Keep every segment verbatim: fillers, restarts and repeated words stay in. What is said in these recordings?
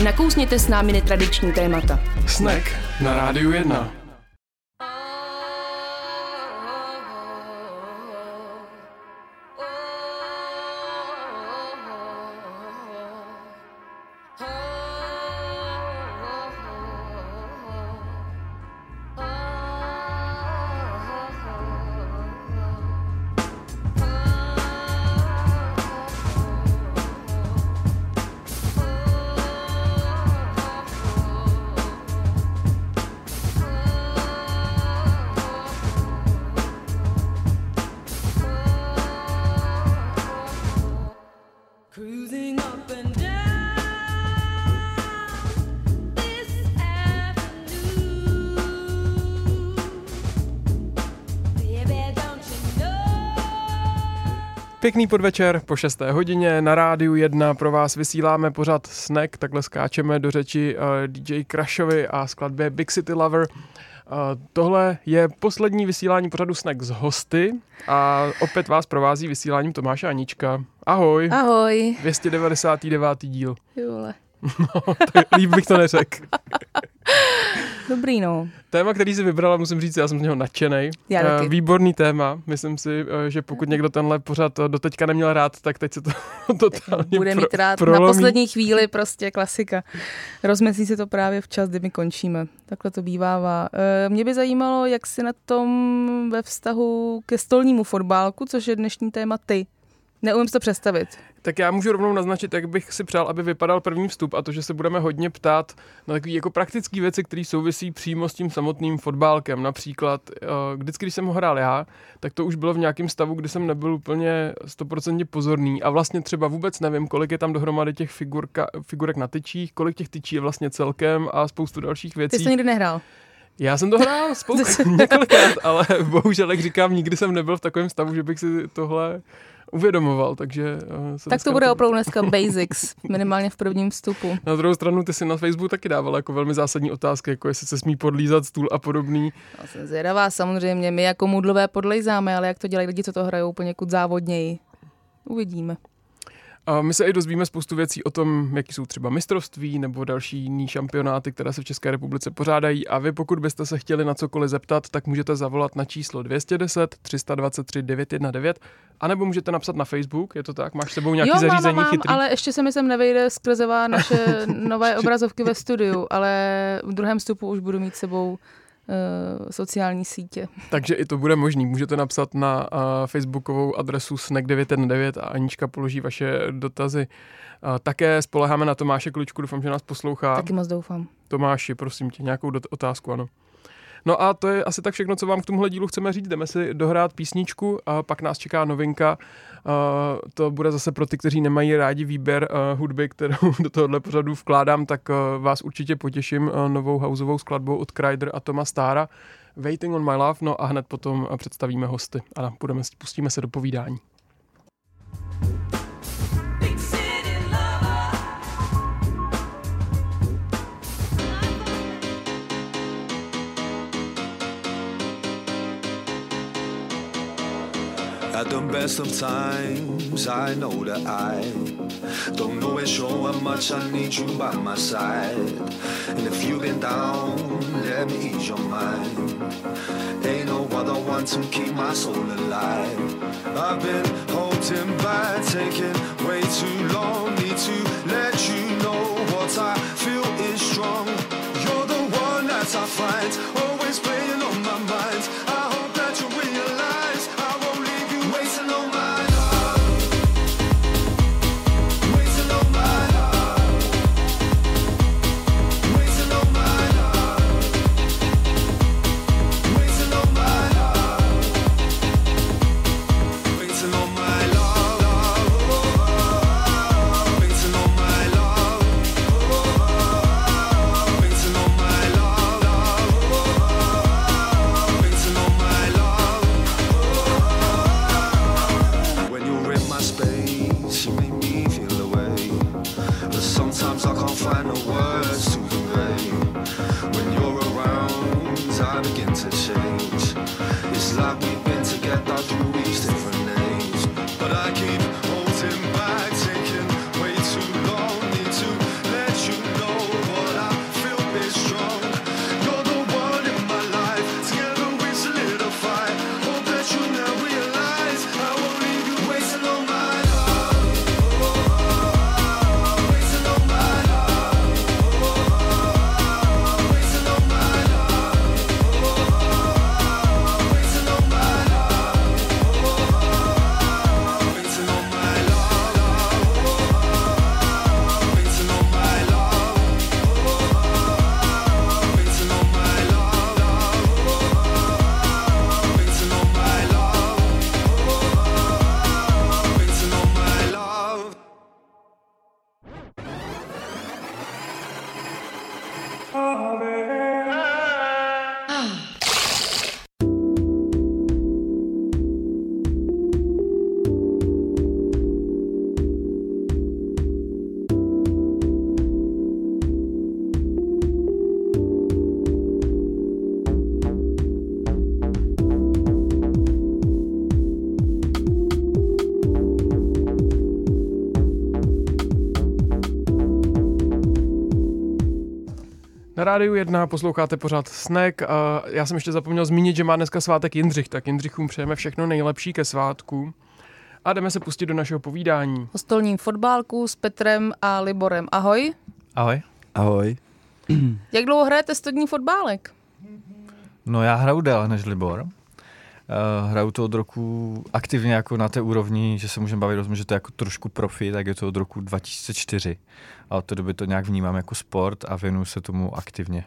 Nakousněte s námi netradiční témata. Snack na Rádiu jedna. Pěkný podvečer po šesté hodině na Rádiu jedna pro vás vysíláme pořad Snack, takhle skáčeme do řeči uh, D J Crushovi a skladbě Big City Lover. Uh, tohle je poslední vysílání pořadu Snack s hosty a opět vás provází vysíláním Tomáš a Anička. Ahoj. Ahoj. dvě stě devadesátý devátý díl. Jole. No, tak líp bych to neřekl. Dobrý, no. Téma, který jsi vybrala, musím říct, já jsem z něho nadšenej. Já taky. Výborný téma. Myslím si, že pokud někdo tenhle pořad doteďka neměl rád, tak teď se to totálně bude mít rád pro, na poslední chvíli, prostě klasika. Rozmyslí se to právě včas, kdy my končíme. Takhle to bývává. Mě by zajímalo, jak jsi na tom ve vztahu ke stolnímu fotbálku, což je dnešní téma ty. Neumím si to představit. Tak já můžu rovnou naznačit, jak bych si přál, aby vypadal první vstup, a to, že se budeme hodně ptát na takové jako praktické věci, které souvisí přímo s tím samotným fotbálkem. Například, vždycky, když jsem ho hrál já, tak to už bylo v nějakém stavu, kdy jsem nebyl úplně stoprocentně pozorný a vlastně třeba vůbec nevím, kolik je tam dohromady těch figurka, figurek na tyčích, kolik těch tyčí je vlastně celkem a spoustu dalších věcí. Ty jsi to nikdy nehrál? Já jsem to hrál spoustu, několikrát, ale bohužel, jak říkám, nikdy jsem nebyl v takovém stavu, že bych si tohle uvědomoval, takže... Uh, tak to bude to... opravdu dneska basics, minimálně v prvním vstupu. Na druhou stranu ty si na Facebooku taky dával jako velmi zásadní otázky, jako jestli se smí podlízat stůl a podobný. Já jsem zvědavá, samozřejmě, my jako moodlové podlejzáme, ale jak to dělají lidi, co to hrajou poněkud závodněji. Uvidíme. A my se i dozvíme spoustu věcí o tom, jaký jsou třeba mistrovství nebo další jiný šampionáty, které se v České republice pořádají. A vy, pokud byste se chtěli na cokoliv zeptat, tak můžete zavolat na číslo dvě stě deset, tři sta dvacet tři, devět jedna devět, anebo můžete napsat na Facebook, je to tak? Máš s sebou nějaký jo, zařízení mám, mám, chytrý? Ale ještě se mi sem nevejde skrzevá naše nové obrazovky ve studiu, ale v druhém vstupu už budu mít s sebou Uh, sociální sítě. Takže i to bude možný. Můžete napsat na uh, facebookovou adresu snack devět jedna devět a Anička položí vaše dotazy. Uh, také spoléháme na Tomáše Kličku, doufám, že nás poslouchá. Taky moc doufám. Tomáši, prosím tě, nějakou dot- otázku, ano. No a to je asi tak všechno, co vám k tomuhle dílu chceme říct. Jdeme si dohrát písničku a pak nás čeká novinka. Uh, to bude zase pro ty, kteří nemají rádi výběr uh, hudby, kterou do tohohle pořadu vkládám, tak uh, vás určitě potěším uh, novou houseovou skladbou od Kryder a Toma Stara. Waiting on my love, no a hned potom uh, představíme hosty a budeme, pustíme se do povídání. At the best of times, I know that I don't know it sure how much I need you by my side. And if you've been down, let me ease your mind. Ain't no other one to keep my soul alive. I've been holding back, taking way too long. Need to let you know what I feel is strong. You're the one that I find, always playing on my mind. I hope that you realize I won't leave you waiting on my love. Waiting on my love. Waiting on my love. Waiting on my love. Waiting on my love. Waiting on my love. Waiting on my love. Waiting on my love. When you're in my space, you make me feel away. But sometimes I can't find the words to convey. When you're around, I begin to change. It's like we've been together through these different names. But I keep holding back, taking way too long. Need to let you know Na Rádiu jedna posloucháte pořád Snack a já jsem ještě zapomněl zmínit, že má dneska svátek Jindřich, tak Jindřichům přejeme všechno nejlepší ke svátku a jdeme se pustit do našeho povídání. O stolním fotbálku s Petrem a Liborem. Ahoj. Ahoj. Ahoj. Jak dlouho hrajete stolní fotbálek? No já hraju déle než Libor. Uh, hraju to od roku aktivně jako na té úrovni, že se můžeme bavit o tom, že to je jako trošku profi, tak je to od roku dva tisíce čtyři. A od té doby to nějak vnímám jako sport a věnuju se tomu aktivně.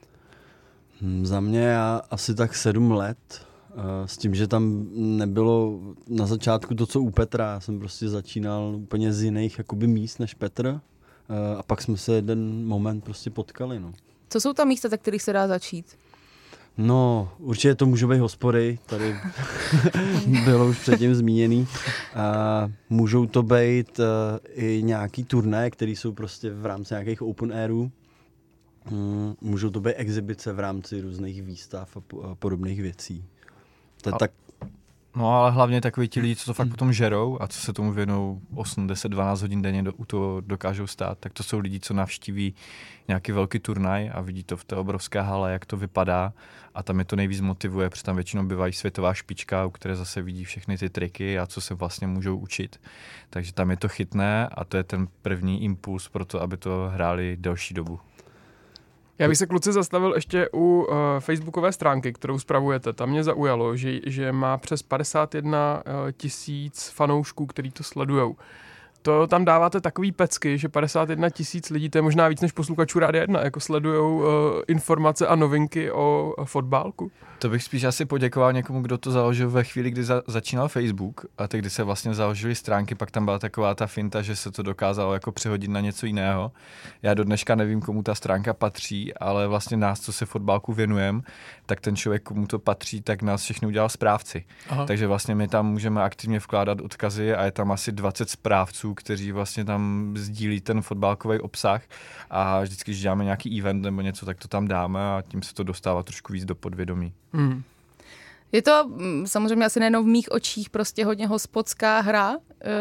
Hmm, za mě já asi tak sedm let, uh, s tím, že tam nebylo na začátku to, co u Petra. Já jsem prostě začínal úplně z jiných jakoby míst než Petr uh, a pak jsme se jeden moment prostě potkali. No. Co jsou ta místa, ze kterých se dá začít? No, určitě to můžou být hospody, tady bylo už předtím zmíněný. A můžou to být uh, i nějaký turnaje, které jsou prostě v rámci nějakých open airů. Mm, můžou to být exibice v rámci různých výstav a, po, a podobných věcí. To je a, tak... No ale hlavně takový ti lidi, co to fakt potom žerou a co se tomu věnou osm, deset, dvanáct hodin denně do, u toho dokážou stát, tak to jsou lidi, co navštíví nějaký velký turnaj a vidí to v té obrovské hale, jak to vypadá a tam je to nejvíc motivuje, protože tam většinou bývají světová špička, u které zase vidí všechny ty triky a co se vlastně můžou učit. Takže tam je to chytné a to je ten první impuls pro to, aby to hráli delší dobu. Já bych se, kluci, zastavil ještě u uh, facebookové stránky, kterou spravujete. Tam mě zaujalo, že, že má přes padesát jedna tisíc fanoušků, který to sledujou. To tam dáváte takový pecky, že padesát jedna tisíc lidí, to je možná víc než posluchačů Rádia jedna, jako sledujou uh, informace a novinky o uh, fotbálku. To bych spíš asi poděkoval někomu, kdo to založil ve chvíli, kdy za, začínal Facebook a teď, kdy se vlastně založily stránky, pak tam byla taková ta finta, že se to dokázalo jako přehodit na něco jiného. Já do dneška nevím, komu ta stránka patří, ale vlastně nás, co se fotbálku věnujeme, tak ten člověk, komu to patří, tak nás všechny udělal správci. Aha. Takže vlastně my tam můžeme aktivně vkládat odkazy a je tam asi dvacet správců, kteří vlastně tam sdílí ten fotbálkový obsah a vždycky, když děláme nějaký event nebo něco, tak to tam dáme a tím se to dostává trošku víc do podvědomí. Hmm. Je to samozřejmě asi nejenom v mých očích prostě hodně hospodská hra.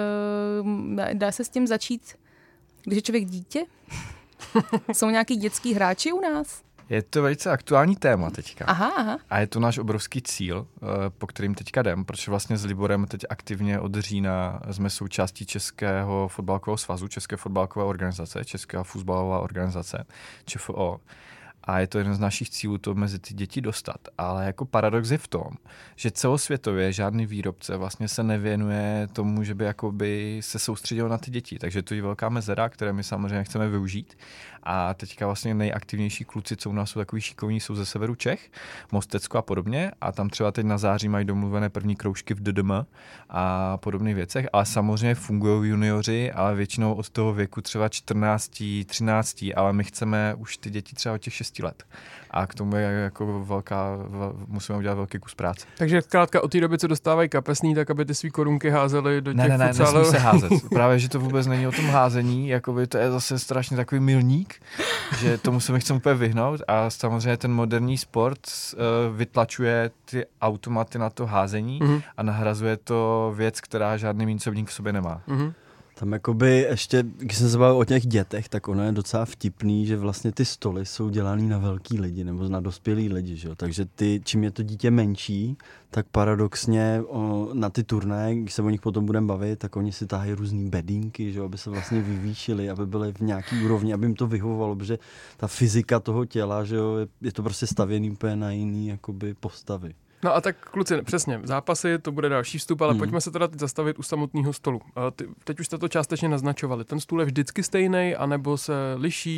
E, dá se s tím začít, když je člověk dítě? Jsou nějaký dětský hráči u nás? Je to velice aktuální téma teďka. Aha, aha. A je to náš obrovský cíl, po kterým teďka jdem, protože vlastně s Liborem teď aktivně od října jsme součástí Českého fotbalového svazu, České fotbalové organizace, Česká fotbalová organizace, ČFO. A je to jeden z našich cílů to mezi ty děti dostat. Ale jako paradox je v tom, že celosvětově žádný výrobce vlastně se nevěnuje tomu, že by jakoby se soustředil na ty děti. Takže to je velká mezera, které my samozřejmě chceme využít. A teďka vlastně nejaktivnější kluci, co u nás jsou takový šikovní, jsou ze severu Čech, Mostecko a podobně. A tam třeba teď na září mají domluvené první kroužky v D D M a podobných věcech. Ale samozřejmě fungují junioři, ale většinou od toho věku třeba čtrnáct, třináct, ale my chceme už ty děti třeba od těch šesti let. A k tomu je jako velká, musíme udělat velký kus práce. Takže zkrátka od té doby, co dostávají kapesný, tak aby ty svý korunky házely do těch ne, ne, ne, futsálů. Ne, nesmí se házet. Právě, že to vůbec není o tom házení, jakoby to je zase strašně takový milník, že tomu se mi chceme úplně vyhnout a samozřejmě ten moderní sport uh, vytlačuje ty automaty na to házení mm-hmm. a nahrazuje to věc, která žádný míncovník v sobě nemá. Mm-hmm. Tam jakoby ještě, když jsem se bavil o těch dětech, tak ono je docela vtipný, že vlastně ty stoly jsou dělaný na velký lidi nebo na dospělý lidi, že jo? Takže ty, čím je to dítě menší, tak paradoxně o, na ty turnaje, když se o nich potom budeme bavit, tak oni si tahají různý bedínky, že jo? Aby se vlastně vyvýšili, aby byly v nějaký úrovni, aby jim to vyhovovalo, protože ta fyzika toho těla, že jo, je, je to prostě stavěný úplně na jiný jakoby postavy. No a tak kluci, přesně, zápasy, to bude další vstup, ale hmm. pojďme se teda teď zastavit u samotného stolu. Ty, teď už jste to částečně naznačovali. Ten stůl je vždycky stejný, anebo se liší,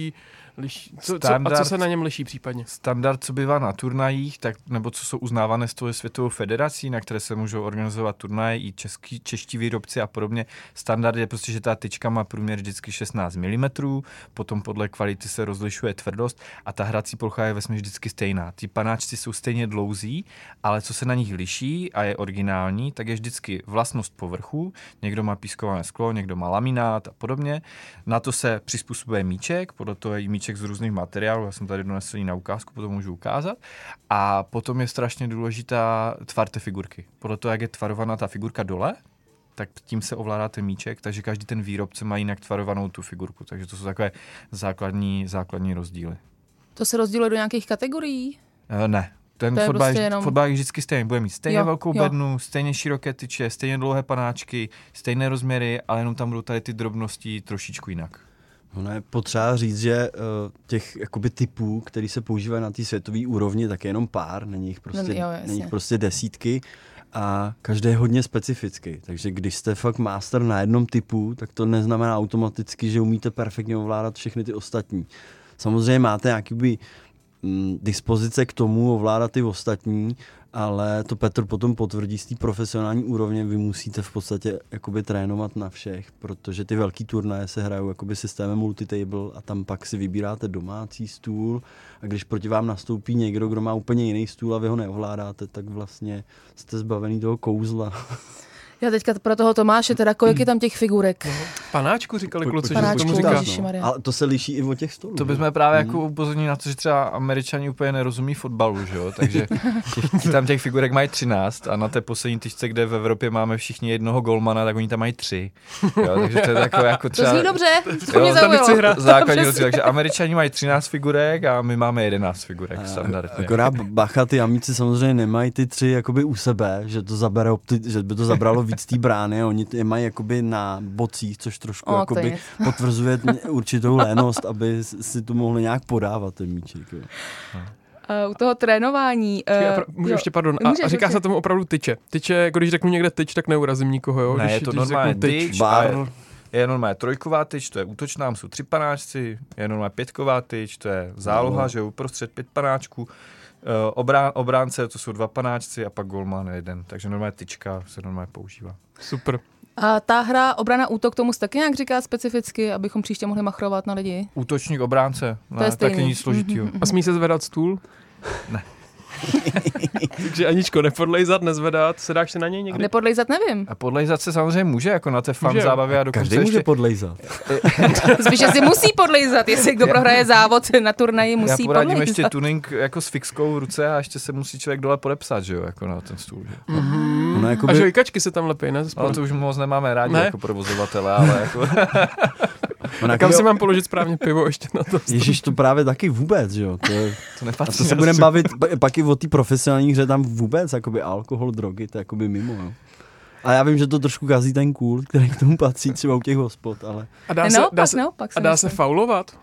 Liší, co, standard, co, a co se na něm liší případně? Standard, co bývá na turnajích, tak, nebo co jsou uznávané s tou světovou federací, na které se můžou organizovat turnaje i český, čeští výrobci a podobně. Standard je prostě, že ta tyčka má průměr vždycky šestnáct milimetrů, potom podle kvality se rozlišuje tvrdost a ta hrací plocha je vesměs vždycky stejná. Ty panáčci jsou stejně dlouzí, ale co se na nich liší a je originální, tak je vždycky vlastnost povrchu. Někdo má pískované sklo, někdo má laminát a podobně. Na to se přizpůsobuje míček, podle toho je míček z různých materiálů, já jsem tady donesl na ukázku, potom můžu ukázat. A potom je strašně důležitá tvar té figurky. Podle toho, jak je tvarovaná ta figurka dole, tak tím se ovládá ten míček, takže každý ten výrobce má jinak tvarovanou tu figurku. Takže to jsou takové základní, základní rozdíly. To se rozděluje do nějakých kategorií? Uh, ne. Ten fotbal, prostě je, jenom... fotbal je vždycky stejný. Bude mít stejně jo, velkou jo. bednu, stejně široké tyče, stejně dlouhé panáčky, stejné rozměry, ale jenom tam budou tady ty drobnosti trošičku jinak. No je potřeba říct, že uh, těch jakoby typů, který se používají na té světové úrovni, tak je jenom pár, není jich prostě, jo, není jich prostě desítky a každý je hodně specifický. Takže když jste fakt master na jednom typu, tak to neznamená automaticky, že umíte perfektně ovládat všechny ty ostatní. Samozřejmě máte nějaký dispozice k tomu ovládat ty ostatní, ale to Petr potom potvrdí z té profesionální úrovně, vy musíte v podstatě jakoby trénovat na všech, protože ty velký turnaje se hrajou jakoby systémem multitable a tam pak si vybíráte domácí stůl a když proti vám nastoupí někdo, kdo má úplně jiný stůl a vy ho neovládáte, tak vlastně jste zbavený toho kouzla. Já teďka pro toho Tomáše, teda kolik je tam těch figurek? Panáčku říkali kluci, Panáčku, že tomu říká. No. Ale to se liší i od těch stolů. To bychom právě hmm. jako upozornili na to, že třeba Američani úplně nerozumí fotbalu, že jo? Takže těch, tam těch figurek mají třináct a na té poslední tyčce, kde v Evropě máme všichni jednoho golmana, tak oni tam mají tři. Jo? Takže to je takové jako třeba... To zní dobře, to mě zaujalo. Základní rozdíl, takže Američani mají třináct figurek a my máme jedenáct figurek a, standardně. Akorát bacha, ty Amici samozřejmě nemají ty tři jakoby u sebe, že to zabere, že by to zabralo víc té brány, oni je mají jakoby na bocích, což trošku o, jakoby potvrzuje určitou lénost, aby si to mohli nějak podávat ten míček. Jo. Uh, u toho trénování... Uh, Já, můžu ještě, pardon, a, můžeš, a říká můžeš. Se tomu opravdu tyče. Tyče, jako když řeknu někde tyč, tak neurazím nikoho, jo? Ne, když, je to když normálně tyč, bar. Je normálně trojková tyč, to je útočná, jsou tři panáčci, je normálně pětková tyč, to je záloha, no. že uprostřed pět panáčků. Obrán, obránce, to jsou dva panáčci a pak golman jeden, takže normálně tyčka se normálně používá. Super. A ta hra obrana útok tomu se taky nějak říká specificky, abychom příště mohli machrovat na lidi? Útočník, obránce, to je taky nic složitýho. Mm-hmm. A smí se zvedat stůl? Ne. Takže Aničko, nepodlejzat, nezvedat, sedáš se na něj někdy? Nepodlejzat nevím. A podlejzat se samozřejmě může, jako na té fan zábavě. A každý může ještě... podlejzat. Spíš, že si musí podlejzat, jestli kdo prohraje závod na turnaji, musí podlejzat. Já poradím podlejzat. Ještě tuning jako s fixkou v ruce a ještě se musí člověk dole podepsat, že jo, jako na ten stůl. Že? Mm-hmm. No, jakoby... A žojkačky se tam lepí, ne? Ale to už moc nemáme rádi ne? Jako provozovatele, ale jako... No, kam si mám položit správně pivo ještě na to? Ježíš, to právě taky vůbec, že jo. To, je... to nepatří. A to se budeme bavit pak i o té profesionální hře, tam vůbec jakoby alkohol, drogy, to je jakoby mimo, jo. A já vím, že to trošku kazí ten kult, který k tomu patří třeba u těch hospod, ale... A dá se, neopak, dá se, neopak a dá se faulovat?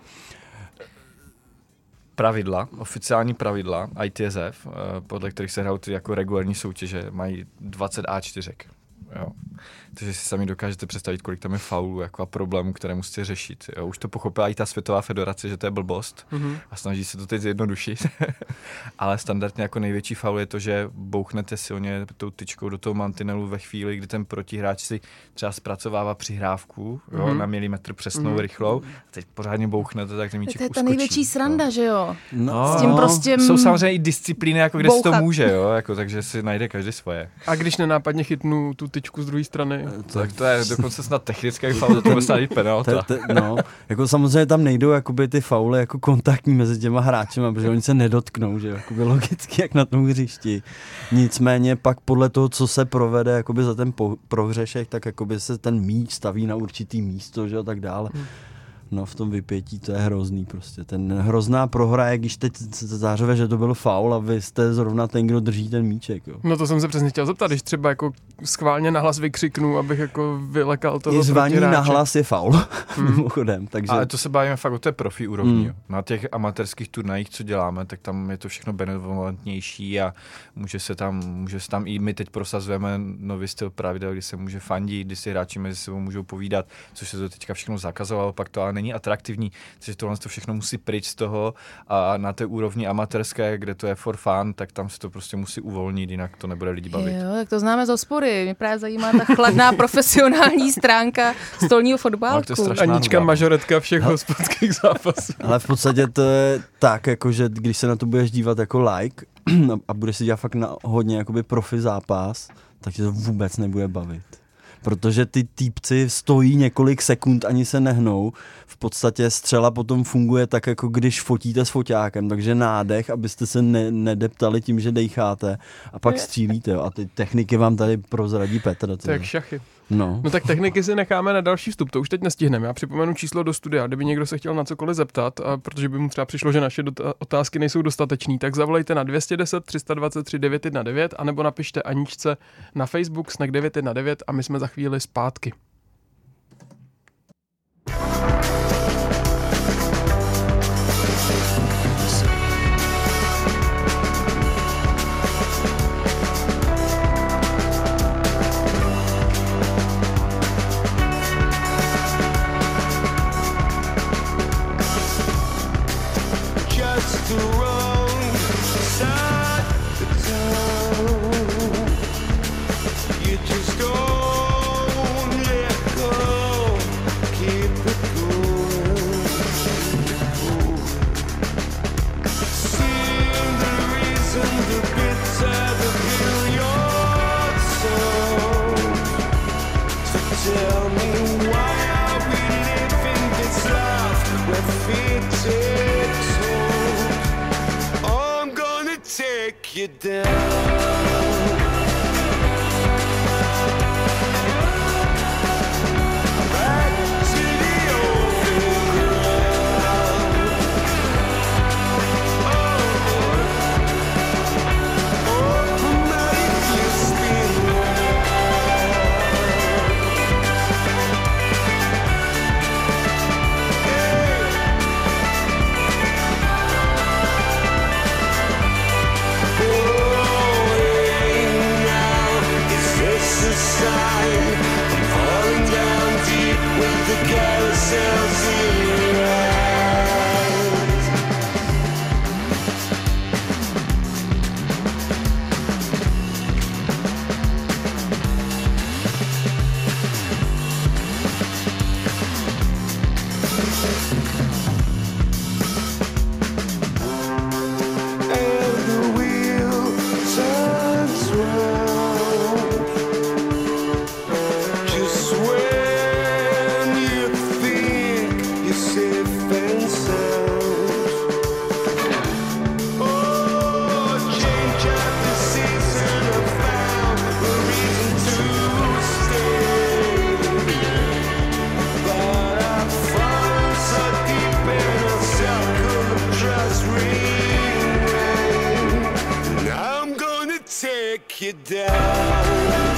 Pravidla, oficiální pravidla I T S F, podle kterých se hrajou ty jako regulární soutěže, mají dvacet A čtyři. Jo. Takže si sami dokážete představit, kolik tam je faulů jako a problémů, které musíte řešit. Jo. Už to pochopila i ta světová federace, že to je blbost mm-hmm. a snaží se to teď zjednodušit. Ale standardně jako největší faul je to, že bouchnete silně tou tyčkou do toho mantinelu ve chvíli, kdy ten protihráč si třeba zpracovává přihrávku jo, mm-hmm. na milimetr přesnou, mm-hmm. rychlou. A teď pořádně bouchnete, tak ten míček uskočí. To je ta největší sranda, no. že jo? No. S tím prostě... Jsou samozřejmě i disciplíny, jako kde bouchat. Si to může, jo, jako, takže si najde každý svoje. A když nenápadně chytnu tu tyčku z druhé strany? Tak to je dokonce snad technický faul, za to bude snad i penalta. Te, te, no, jako samozřejmě tam nejdou jakoby ty fauly jako kontaktní mezi těma hráčema, protože oni se nedotknou, že jakoby logicky jak na tom hřišti. Nicméně pak podle toho, co se provede jakoby za ten po, prohřešek, tak jakoby se ten míč staví na určitý místo, že a tak dále. Hmm. No v tom vypětí to je hrozný prostě. Ten hrozná prohra je, když teď zářeve, že to byl faul a vy jste zrovna ten, kdo drží ten míček. Jo. No to jsem se přesně chtěl zeptat, když třeba jako schválně nahlas vykřiknu, abych jako vylekal toho i zvaní nahlas je faul, hmm. mimochodem. Takže... Ale to se bavíme fakt o té profi úrovni. Hmm. Na těch amatérských turnajích, co děláme, tak tam je to všechno benevolentnější a může se tam, může se tam i my teď prosazujeme nový styl pravidel, kdy se může fandit, kdy si hráči mezi sebou můžou povídat, což se to teďka všechno zakazovalo, pak to ale není atraktivní, takže tohle to všechno musí pryč z toho a na té úrovni amatérské, kde to je for fun, tak tam se to prostě musí uvolnit, jinak to nebude lidi bavit. Jo, tak to známe z hospody. Mě právě zajímá ta chladná profesionální stránka stolního fotbálku. Anička mažoretka všech hospodských zápasů. Ale v podstatě to je tak, jako, že když se na to budeš dívat jako like a budeš si dělat fakt na hodně jakoby profi zápas, tak tě to vůbec nebude bavit. Protože ty týpci stojí několik sekund, ani se nehnou. V podstatě střela potom funguje tak, jako když fotíte s foťákem, takže nádech, abyste se ne- nedeptali tím, že dejcháte a pak střílíte. Jo. A ty techniky vám tady prozradí Petr. To jak šachy. No. no tak techniky si necháme na další vstup, to už teď nestihneme. Já připomenu číslo do studia, kdyby někdo se chtěl na cokoliv zeptat, a protože by mu třeba přišlo, že naše dot- otázky nejsou dostatečný, tak zavolejte na dvě jedna nula tři dva tři devět jedna devět anebo napište Aničce na Facebook Snack devět jedna devět a my jsme za chvíli zpátky. You down. You down.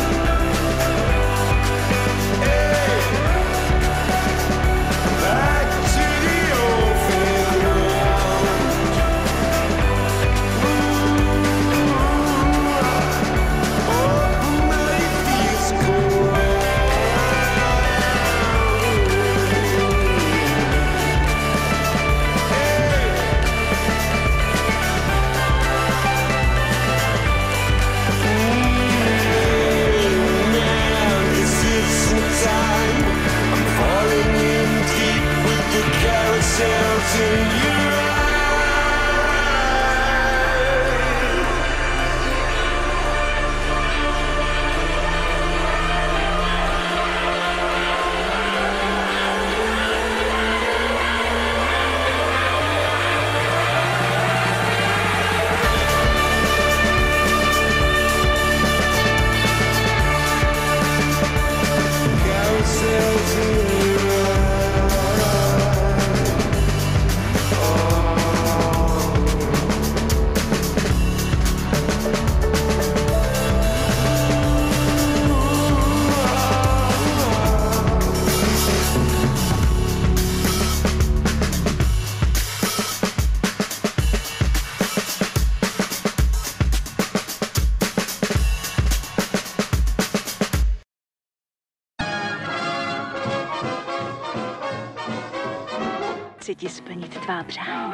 blahopřát.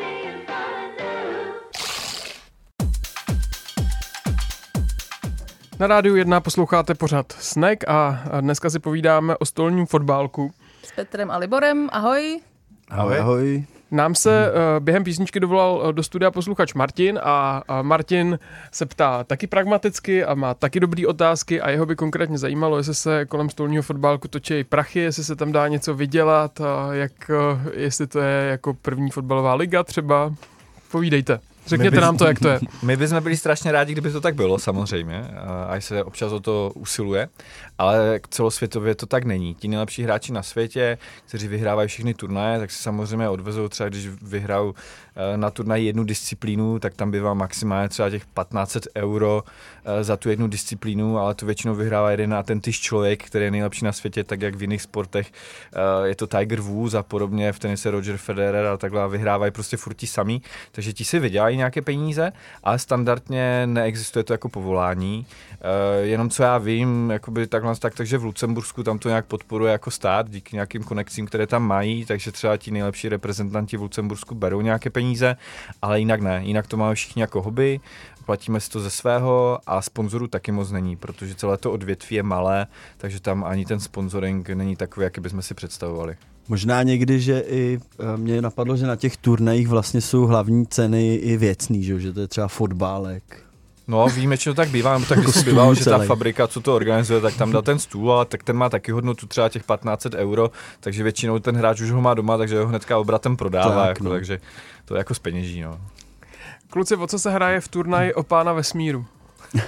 Na Rádiu jedna posloucháte pořad Snack a dneska si povídáme o stolním fotbálku. S Petrem a Liborem, ahoj. Ahoj, ahoj. Nám se uh, během písničky dovolal do studia posluchač Martin a, a Martin se ptá taky pragmaticky a má taky dobrý otázky a jeho by konkrétně zajímalo, jestli se kolem stolního fotbálku točí prachy, jestli se tam dá něco vydělat a jak, uh, jestli to je jako první fotbalová liga třeba. Povídejte. Řekněte bys, nám to, jak to je. My bychom byli strašně rádi, kdyby to tak bylo, samozřejmě, až se občas o to usiluje, ale celosvětově to tak není. Ti nejlepší hráči na světě, kteří vyhrávají všechny turnaje, tak si samozřejmě odvezou třeba, když vyhrajou na turnaji jednu disciplínu, tak tam bývá maximálně třeba těch patnáct set euro za tu jednu disciplínu, ale to většinou vyhrává jeden a ten tyž člověk, který je nejlepší na světě, tak jak v jiných sportech je to Tiger Woods a podobně, v tenise Roger Federer a takhle vyhrávají prostě furt ti samý, takže ti si vydělají nějaké peníze, ale standardně neexistuje to jako povolání. E, jenom co já vím, jakoby takhle, tak, takže v Lucembursku tam to nějak podporuje jako stát díky nějakým konekcím, které tam mají, takže třeba ti nejlepší reprezentanti v Lucembursku berou nějaké peníze, ale jinak ne. Jinak to máme všichni jako hobby, platíme si to ze svého a sponzorů taky moc není, protože celé to odvětví je malé, takže tam ani ten sponsoring není takový, jaký bychom si představovali. Možná někdy, že i mě napadlo, že na těch turnajích vlastně jsou hlavní ceny i věcný, že, že to je třeba fotbálek. No, výjimečně to tak bývá, tak když bývalo, že ta fabrika, co to organizuje, tak tam dá ten stůl, ale tak ten má taky hodnotu třeba těch patnáct set euro, takže většinou ten hráč už ho má doma, takže ho hnedka obratem prodává, tak, jako, no. Takže to je jako zpeněží, no. Kluci, o co se hraje v turnaji o pána vesmíru? uh,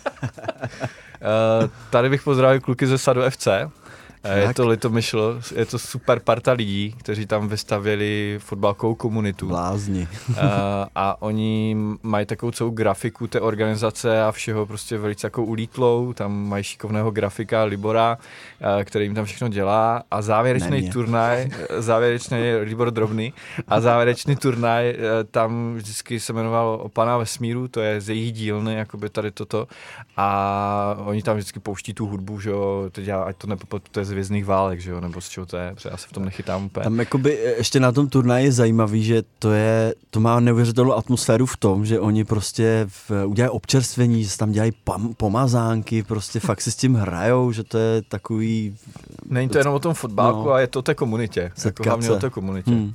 tady bych pozdravil kluky ze Sadu F C. Je to Litomyšl, je to super parta lidí, kteří tam vystavěli fotbalkovou komunitu. Blázni. a, a oni mají takovou celou grafiku té organizace a všeho prostě velice jako ulítlou, tam mají šikovného grafika Libora, který jim tam všechno dělá a závěrečný turnaj, závěrečný Libor Drobný a závěrečný turnaj tam vždycky se jmenoval O pana vesmíru, to je z jejich dílny, jakoby tady toto a oni tam vždycky pouští tu hudbu, že jo, teď já, ať to nepopletu, to je z Hvězdných válek, že jo, nebo z čeho to je, protože já se v tom nechytám úplně. Tam jakoby ještě na tom turnaji je zajímavý, že to je, to má neuvěřitelnou atmosféru v tom, že oni prostě v, udělají občerstvení, že tam dělají pam, pomazánky, prostě fakt si s tím hrajou, že to je takový... Není to jenom o tom fotbálku, no, a je to o té komunitě, jako hlavně o té komunitě. Hmm.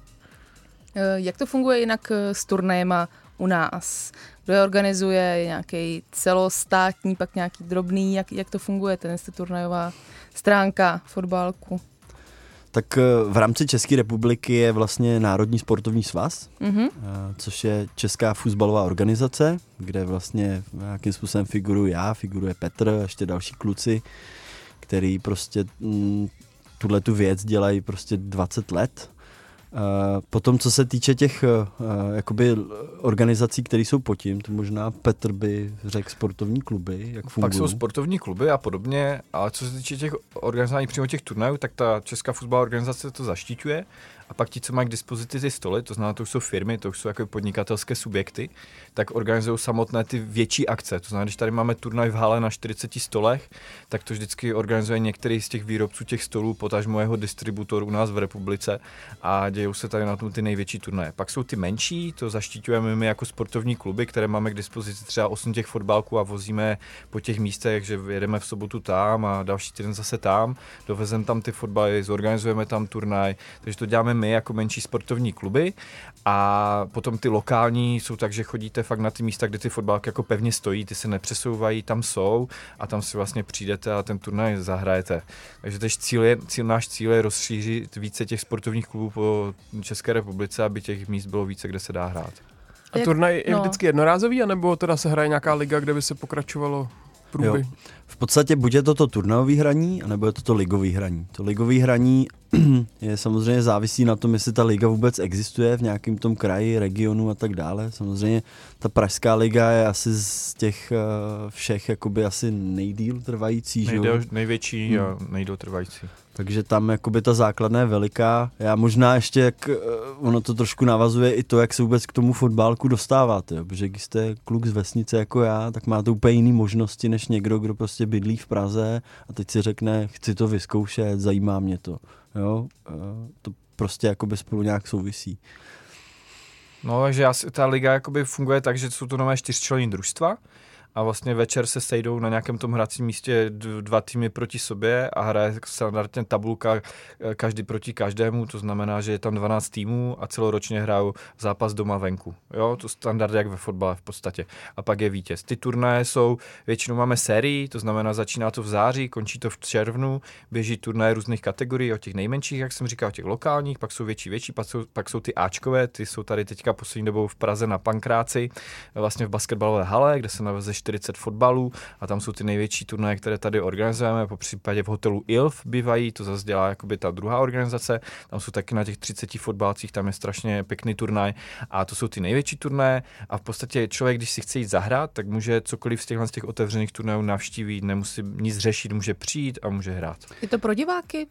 Jak to funguje jinak s turnajema u nás? Kdo je organizuje, je nějaký celostátní, pak nějaký drobný, jak, jak to funguje, ten je turnajová stránka fotbalku? Tak v rámci České republiky je vlastně Národní sportovní svaz, mm-hmm. což je Česká fotbalová organizace, kde vlastně nějakým způsobem figuruji já, figuruje Petr a ještě další kluci, který prostě m, tuhle tu věc dělají prostě dvacet let. Uh, potom, co se týče těch uh, jakoby organizací, které jsou pod tím, to možná Petr by řekl sportovní kluby, jak fungují. Pak jsou sportovní kluby a podobně, ale co se týče těch organizování přímo těch turnajů, tak ta Česká fotbalová organizace to zaštiťuje a pak ti, co mají k dispozici ty stoly, to znamená, to už jsou firmy, to už jsou jako podnikatelské subjekty, tak organizují samotné ty větší akce. To znamená, když tady máme turnaj v hale na čtyřiceti stolech, tak to vždycky organizuje některý z těch výrobců těch stolů, potažmo jeho distributor u nás v republice a dějou se tady na tom ty největší turnaje. Pak jsou ty menší, to zaštiťujeme my jako sportovní kluby, které máme k dispozici třeba osm těch fotbalků a vozíme po těch místech, že jedeme v sobotu tam a další týden zase tam, dovezeme tam ty fotbaly, zorganizujeme tam turnaj, takže to děláme my jako menší sportovní kluby a potom ty lokální jsou tak, že chodíte fakt na ty místa, kde ty fotbalky jako pevně stojí, ty se nepřesouvají, tam jsou a tam si vlastně přijdete a ten turnaj zahrajete. Takže tež cíl je, cíl, náš cíl je rozšířit více těch sportovních klubů po České republice, aby těch míst bylo více, kde se dá hrát. A turnaj je no. vždycky jednorázový, anebo teda se hraje nějaká liga, kde by se pokračovalo průběh? V podstatě buď je to to turnajové hraní, anebo je to to ligové hraní. To ligové hraní je samozřejmě závisí na tom, jestli ta liga vůbec existuje v nějakém tom kraji, regionu a tak dále. Samozřejmě ta pražská liga je asi z těch uh, všech jakoby asi nejdýl trvající. Nejdél, největší hmm. a nejdýl trvající. Takže tam jakoby ta základna je veliká. Já možná ještě, jak uh, ono to trošku navazuje i to, jak se vůbec k tomu fotbálku dostáváte. Jo? Protože když jste kluk z vesnice jako já, tak máte úplně jiné možnosti, než někdo, kdo prostě bydlí v Praze a teď si řekne, chci to vyzkoušet, zajímá mě to. Jo? Uh, to prostě jakoby spolu nějak souvisí. No, takže ta liga jakoby funguje tak, že jsou to nové čtyřčlenní družstva a vlastně večer se sejdou na nějakém tom hracím místě dva týmy proti sobě a hraje standardně tabulka každý proti každému, to znamená, že je tam dvanáct týmů a celoročně hrajou zápas doma venku. Jo, to standard jak ve fotbale v podstatě. A pak je vítěz. Ty turnaje jsou, většinou máme sérii, to znamená začíná to v září, končí to v červnu, běží turnaje různých kategorií, od těch nejmenších, jak jsem říkal, od těch lokálních, pak jsou větší, větší, pak jsou, pak jsou ty áčkové, ty jsou tady teďka poslední dobou v Praze na Pankráci, vlastně v basketbalové hale, kde se naveze čtyřicet fotbalů a tam jsou ty největší turnaje, které tady organizujeme, po případě v hotelu I L F bývají, to zase dělá jakoby ta druhá organizace, tam jsou taky na těch třiceti fotbalcích, tam je strašně pěkný turnaj a to jsou ty největší turnaje a v podstatě člověk, když si chce jít zahrát, tak může cokoliv z těchhle z těch otevřených turnajů navštívit, nemusí nic řešit, může přijít a může hrát. Je to pro diváky?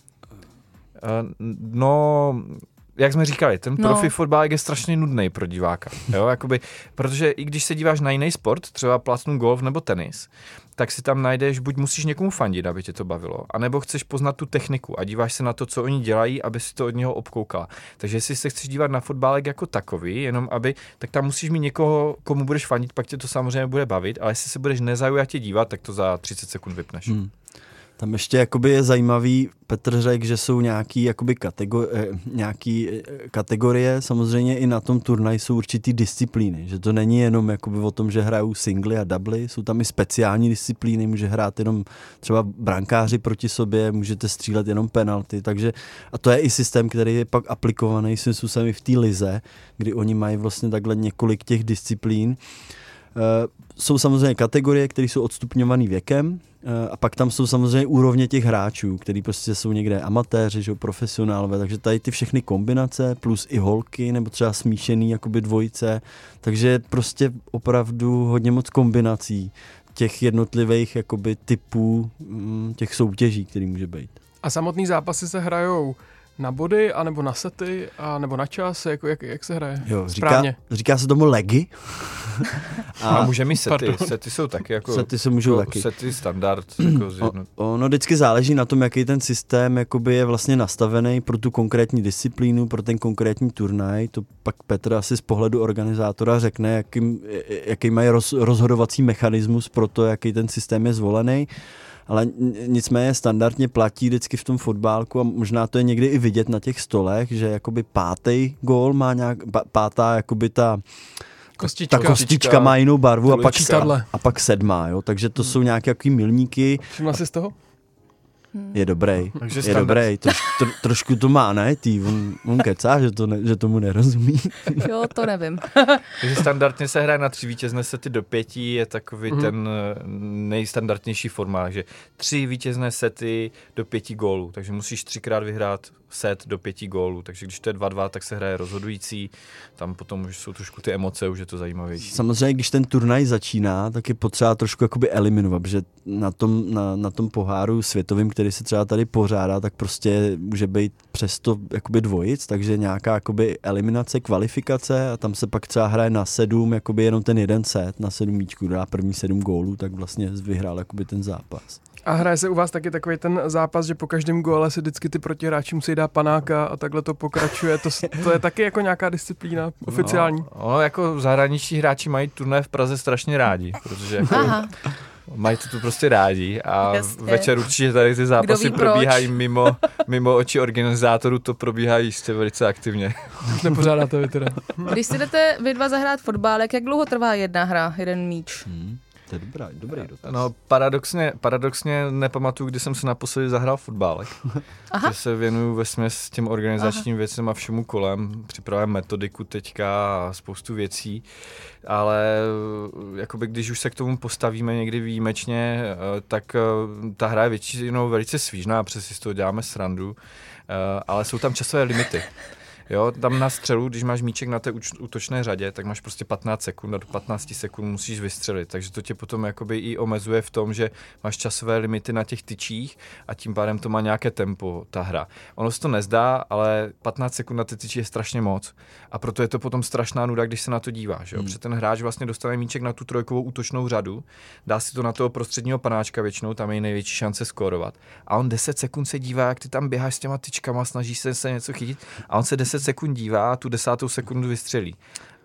Uh, no... Jak jsme říkali, ten no. profi fotbal je strašně nudný pro diváka, jo, jakoby, protože i když se díváš na jiný sport, třeba plácnu golf nebo tenis, tak si tam najdeš, buď musíš někomu fandit, aby tě to bavilo, anebo chceš poznat tu techniku a díváš se na to, co oni dělají, aby si to od něho obkoukala. Takže jestli se chceš dívat na fotbálek jako takový, jenom aby, tak tam musíš mít někoho, komu budeš fandit, pak tě to samozřejmě bude bavit, ale jestli se budeš nezaujatě dívat, tak to za třicet sekund vypneš. Hmm. Tam ještě jakoby je zajímavý, Petr řekl, že jsou nějaký, jakoby kategor, eh, nějaký kategorie, samozřejmě i na tom turnaji jsou určitý disciplíny, že to není jenom jakoby o tom, že hrajou singly a doubly, jsou tam i speciální disciplíny, může hrát jenom třeba brankáři proti sobě, můžete střílet jenom penalty, takže a to je i systém, který je pak aplikovaný svým způsobem i v té lize, kdy oni mají vlastně takhle několik těch disciplín. Uh, jsou samozřejmě kategorie, které jsou odstupňované věkem uh, a pak tam jsou samozřejmě úrovně těch hráčů, který prostě jsou někde amatéři, že, profesionálové, takže tady ty všechny kombinace plus i holky nebo třeba smíšený jakoby dvojice, takže prostě opravdu hodně moc kombinací těch jednotlivých jakoby typů um, těch soutěží, který může být. A samotný zápasy se hrajou na body, anebo na sety, a nebo na čas, jako jak, jak se hraje? Jo, říká, říká se tomu legy. a, a může mít sety. Pardon. Sety jsou taky jako... Sety se můžou jako taky. Sety standard. Jako o, ono vždycky záleží na tom, jaký ten systém jakoby je vlastně nastavený pro tu konkrétní disciplínu, pro ten konkrétní turnaj. To pak Petr asi z pohledu organizátora řekne, jaký, jaký mají roz, rozhodovací mechanismus pro to, jaký ten systém je zvolený. Ale nicméně standardně platí vždycky v tom fotbálku a možná to je někdy i vidět na těch stolech, že jakoby pátý gól má nějak, pátá jakoby ta kostička, ta kostička má jinou barvu a pak, a, a pak sedmá, jo, takže to hmm. jsou nějaké jaký milníky. Všimla jsi z toho? Je dobrý, je standard. dobrý, Troš, tro, trošku to má, ne, tý, on, on kecá, že, to ne, že tomu nerozumí. Jo, to nevím. Takže standardně se hraje na tři vítězné sety do pěti, je takový mm. ten nejstandardnější formát, že tři vítězné sety do pěti gólů, takže musíš třikrát vyhrát set do pěti gólů, takže když to je dva dva, tak se hraje rozhodující, tam potom už jsou trošku ty emoce, už je to zajímavější. Samozřejmě, když ten turnaj začíná, tak je potřeba trošku jakoby eliminovat, protože na tom, na, na tom poháru světovým, který se třeba tady pořádá, tak prostě může být přesto jakoby dvojic, takže nějaká jakoby eliminace, kvalifikace a tam se pak třeba hraje na sedm, jakoby jenom ten jeden set, na sedm míčků, dá první sedm gólů, tak vlastně vyhrál jakoby ten zápas. A hraje se u vás taky takový ten zápas, že po každém góle si vždycky ty protihráči musí dát panáka a takhle to pokračuje. To, to je taky jako nějaká disciplína oficiální. No, no jako zahraniční hráči mají turné v Praze strašně rádi, protože jako mají to tu prostě rádi a Jasně. večer určitě tady ty zápasy probíhají mimo, mimo oči organizátorů, to probíhá jistě velice aktivně. Už nepořádáte vy teda. Když si jdete vy dva zahrát fotbálek, jak dlouho trvá jedna hra, jeden míč? Hmm. To je dobrý, dobrý dotaz. No paradoxně, paradoxně nepamatuju, kdy jsem se naposledy zahrál fotbálek. Že se věnuju vesměs těm organizačním Aha. věcem a všemu kolem. Připravujeme metodiku teďka a spoustu věcí, ale jakoby, když už se k tomu postavíme někdy výjimečně, tak ta hra je většinou velice svížná, přes si z toho děláme srandu, ale jsou tam časové limity. Jo, tam na střelu, když máš míček na té útočné řadě, tak máš prostě patnáct sekund a do patnáct sekund musíš vystřelit. Takže to tě potom jakoby i omezuje v tom, že máš časové limity na těch tyčích a tím pádem to má nějaké tempo, ta hra. Ono se to nezdá, ale patnáct sekund na ty tyči je strašně moc. A proto je to potom strašná nuda, když se na to díváš. Jo? Hmm. Protože ten hráč vlastně dostane míček na tu trojkovou útočnou řadu, dá si to na toho prostředního panáčka většinou, tam je největší šance skórovat. A on deset sekund se dívá, jak ty tam běháš s těma tyčkama, snažíš se, se něco chytit a on se deset sekund dívá a tu desátou sekundu vystřelí.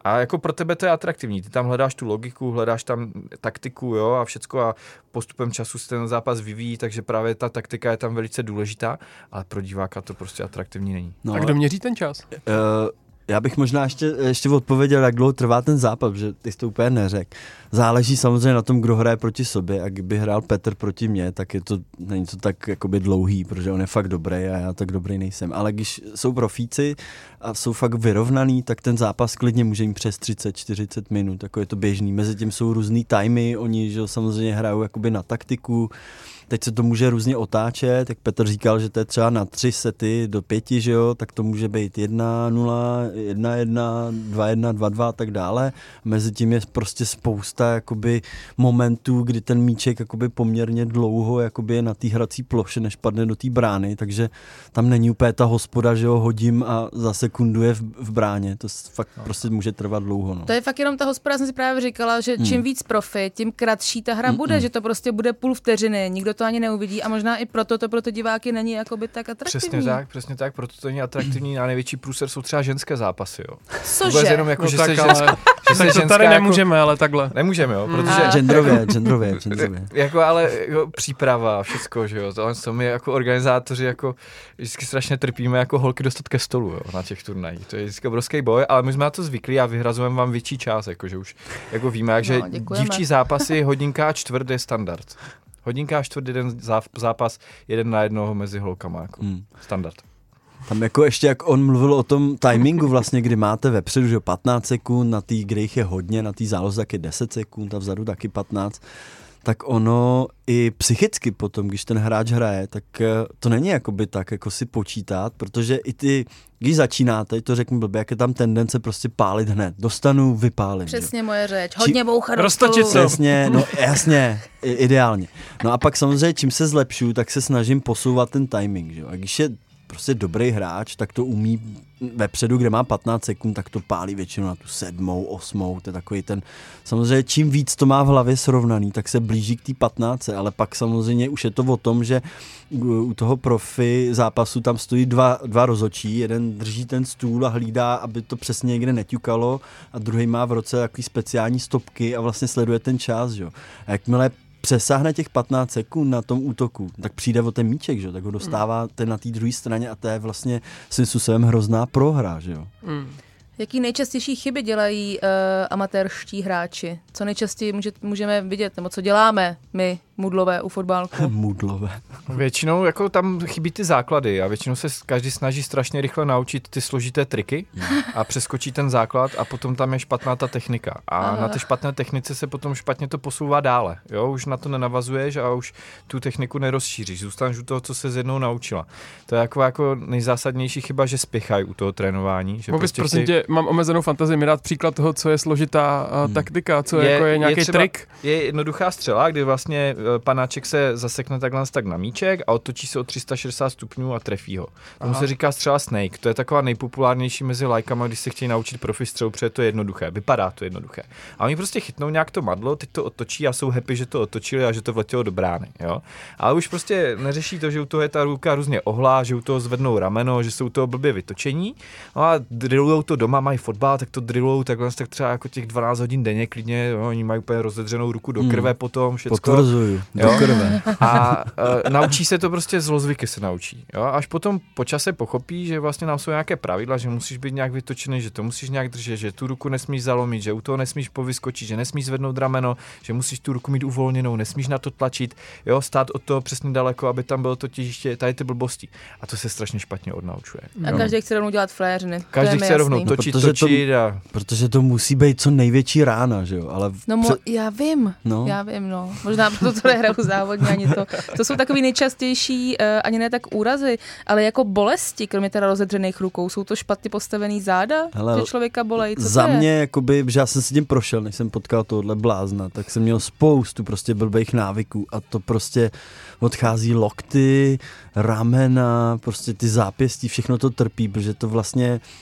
A jako pro tebe to je atraktivní. Ty tam hledáš tu logiku, hledáš tam taktiku, jo, a všecko a postupem času se ten zápas vyvíjí, takže právě ta taktika je tam velice důležitá, ale pro diváka to prostě atraktivní není. No, a kdo měří ten čas? Uh, já bych možná ještě, ještě odpověděl, jak dlouho trvá ten zápas, že ty jsi to úplně neřekl. Záleží samozřejmě na tom, kdo hraje proti sobě. A kdyby hrál Petr proti mně, tak je to, není to tak jakoby dlouhý, protože on je fakt dobrý a já tak dobrý nejsem. Ale když jsou profíci a jsou fakt vyrovnaný, tak ten zápas klidně může jim přes třicet čtyřicet minut, jako je to běžný. Mezi tím jsou různý timey, oni že samozřejmě hrajou jakoby na taktiku. Teď se to může různě otáčet, jak Petr říkal, že to je třeba na tři sety do pěti, že jo, tak to může být jedna nula, jedna jedna, dva jedna, dva dva a tak dále. Mezi tím je prostě spousta jakoby momentů, kdy ten míček jakoby poměrně dlouho jakoby je na té hrací ploše, než padne do té brány, takže tam není úplně ta hospoda, že ho hodím a za sekundu je v, v bráně. To fakt no. prostě může trvat dlouho. No. To je fakt jenom ta hospoda, jsem si právě říkala, že čím hmm. víc profi, tím kratší ta hra hmm. bude, že to prostě bude půl vteřiny, nikdo to ani neuvidí a možná i proto to pro ty diváky není jakoby tak atraktivní. Přesně tak, přesně tak, proto to není atraktivní a největší průser jsou třeba ženské zápasy, jo. Cože? Jenom jako, no že tak, se ale, ženská, že tak se to tady jako, nemůžeme, ale takhle. Nemůžeme, jo, protože... A... Genderově, genderově, genderově. Jako, ale jako, příprava, všecko, že jo, tohle to my jako organizátoři jako vždycky strašně trpíme jako holky dostat ke stolu, jo, na těch turnajích. To je vždycky obrovský boj, ale my jsme na to zvyklí a vyhrazujeme vám větší čas, jako, že už jako víme, jak, že no, dívčí zápasy hodinka a čtvrt je standard. Hodinka a čtvrt jeden zápas, jeden na jednoho mezi holkama, jako hmm. standard. Tam jako ještě, jak on mluvil o tom timingu vlastně, kdy máte vepředu, že patnáct sekund, na té, kde jich je hodně, na té záloze taky deset sekund a vzadu taky patnáct, tak ono i psychicky potom, když ten hráč hraje, tak to není jakoby tak, jako si počítat, protože i ty, když začínáte, to řeknu blbě, jak je tam tendence prostě pálit hned. Dostanu, vypálím. Přesně jo. moje řeč. Hodně bouchat. Roztočit se. Přesně, no jasně, ideálně. No a pak samozřejmě, čím se zlepšuju, tak se snažím posouvat ten timing, že jo. A když je prostě dobrý hráč, tak to umí vepředu, kde má patnáct sekund, tak to pálí většinou na tu sedmou, osmou, to je takový ten, samozřejmě čím víc to má v hlavě srovnaný, tak se blíží k té patnáctce, ale pak samozřejmě už je to o tom, že u toho profi zápasu tam stojí dva, dva rozhodčí, jeden drží ten stůl a hlídá, aby to přesně někde neťukalo a druhý má v roce takový speciální stopky a vlastně sleduje ten čas, jo. A jakmile přesáhne těch patnáct sekund na tom útoku, tak přijde o ten míček, že? Tak ho dostáváte na té druhé straně a to je vlastně svým způsobem hrozná prohra, že jo. Mm. Jaký nejčastější chyby dělají uh, amatérští hráči? Co nejčastěji může, můžeme vidět, nebo co děláme my, mudlové u fotbálku? Mudlové. Většinou jako tam chybí ty základy a většinou se každý snaží strašně rychle naučit ty složité triky a přeskočí ten základ a potom tam je špatná ta technika. A Aha. na té špatné technice se potom špatně to posouvá dále. Jo? Už na to nenavazuješ a už tu techniku nerozšíříš. Zůstaneš u toho, co se jednou naučila. To je jako, jako nejzásadnější chyba, že spěchají u toho trénování. Že prostě prosím ty... tě, mám omezenou fantazii, mi dát příklad toho, co je složitá uh, hmm. taktika, co je, jako je nějaký je třeba, trik. Je jednoduchá střela, kdy vlastně panáček se zasekne takhle tak na míček a otočí se o tři sta šedesát stupňů a trefí ho. Tomu Aha. se říká střela snake. To je taková nejpopulárnější mezi lajkama, když se chtějí naučit profi střelu, protože to je jednoduché. Vypadá to jednoduché. A oni prostě chytnou nějak to madlo, teď to otočí a jsou happy, že to otočili a že to vletělo do brány. Jo? Ale už prostě neřeší to, že u toho je ta ruka různě ohlá, že u toho zvednou rameno, že jsou u toho blbě vytočení. No a drillujou to doma, mají fotbal, tak to drillujou takhle tak třeba jako těch dvanáct hodin denně klidně. Jo? Oni mají úplně rozedřenou ruku do krve hmm. potom, všecko. Potvrzuju. Do krve. A uh, naučí se to prostě zlozvyky se naučí. Jo? Až potom po čase pochopí, že vlastně nám jsou nějaké pravidla, že musíš být nějak vytočený, že to musíš nějak držet, že tu ruku nesmíš zalomit, že u toho nesmíš povyskočit, že nesmíš zvednout rameno, že musíš tu ruku mít uvolněnou, nesmíš na to tlačit, jo? Stát od toho přesně daleko, aby tam bylo to těžiště, tady ty blbosti. A to se strašně špatně odnaučuje. A jo? Každý chce rovnou dělat fléřiny. Každý chce rovnou točit, no, točit. To, a... Protože to musí být co největší rána, že jo? Ale no mo- já vím, no. já vím, no. Možná proto to nehraju závodně ani to. To jsou takový nejčastější, uh, ani ne tak úrazy, ale jako bolesti, kromě teda rozedřených rukou. Jsou to špatně postavený záda, hele, že člověka bolej? Co za mě, jakoby, že já jsem si tím prošel, než jsem potkal tohle blázna, tak jsem měl spoustu prostě blbých návyků a to prostě odchází lokty, ramena, prostě ty zápěstí, všechno to trpí, protože to vlastně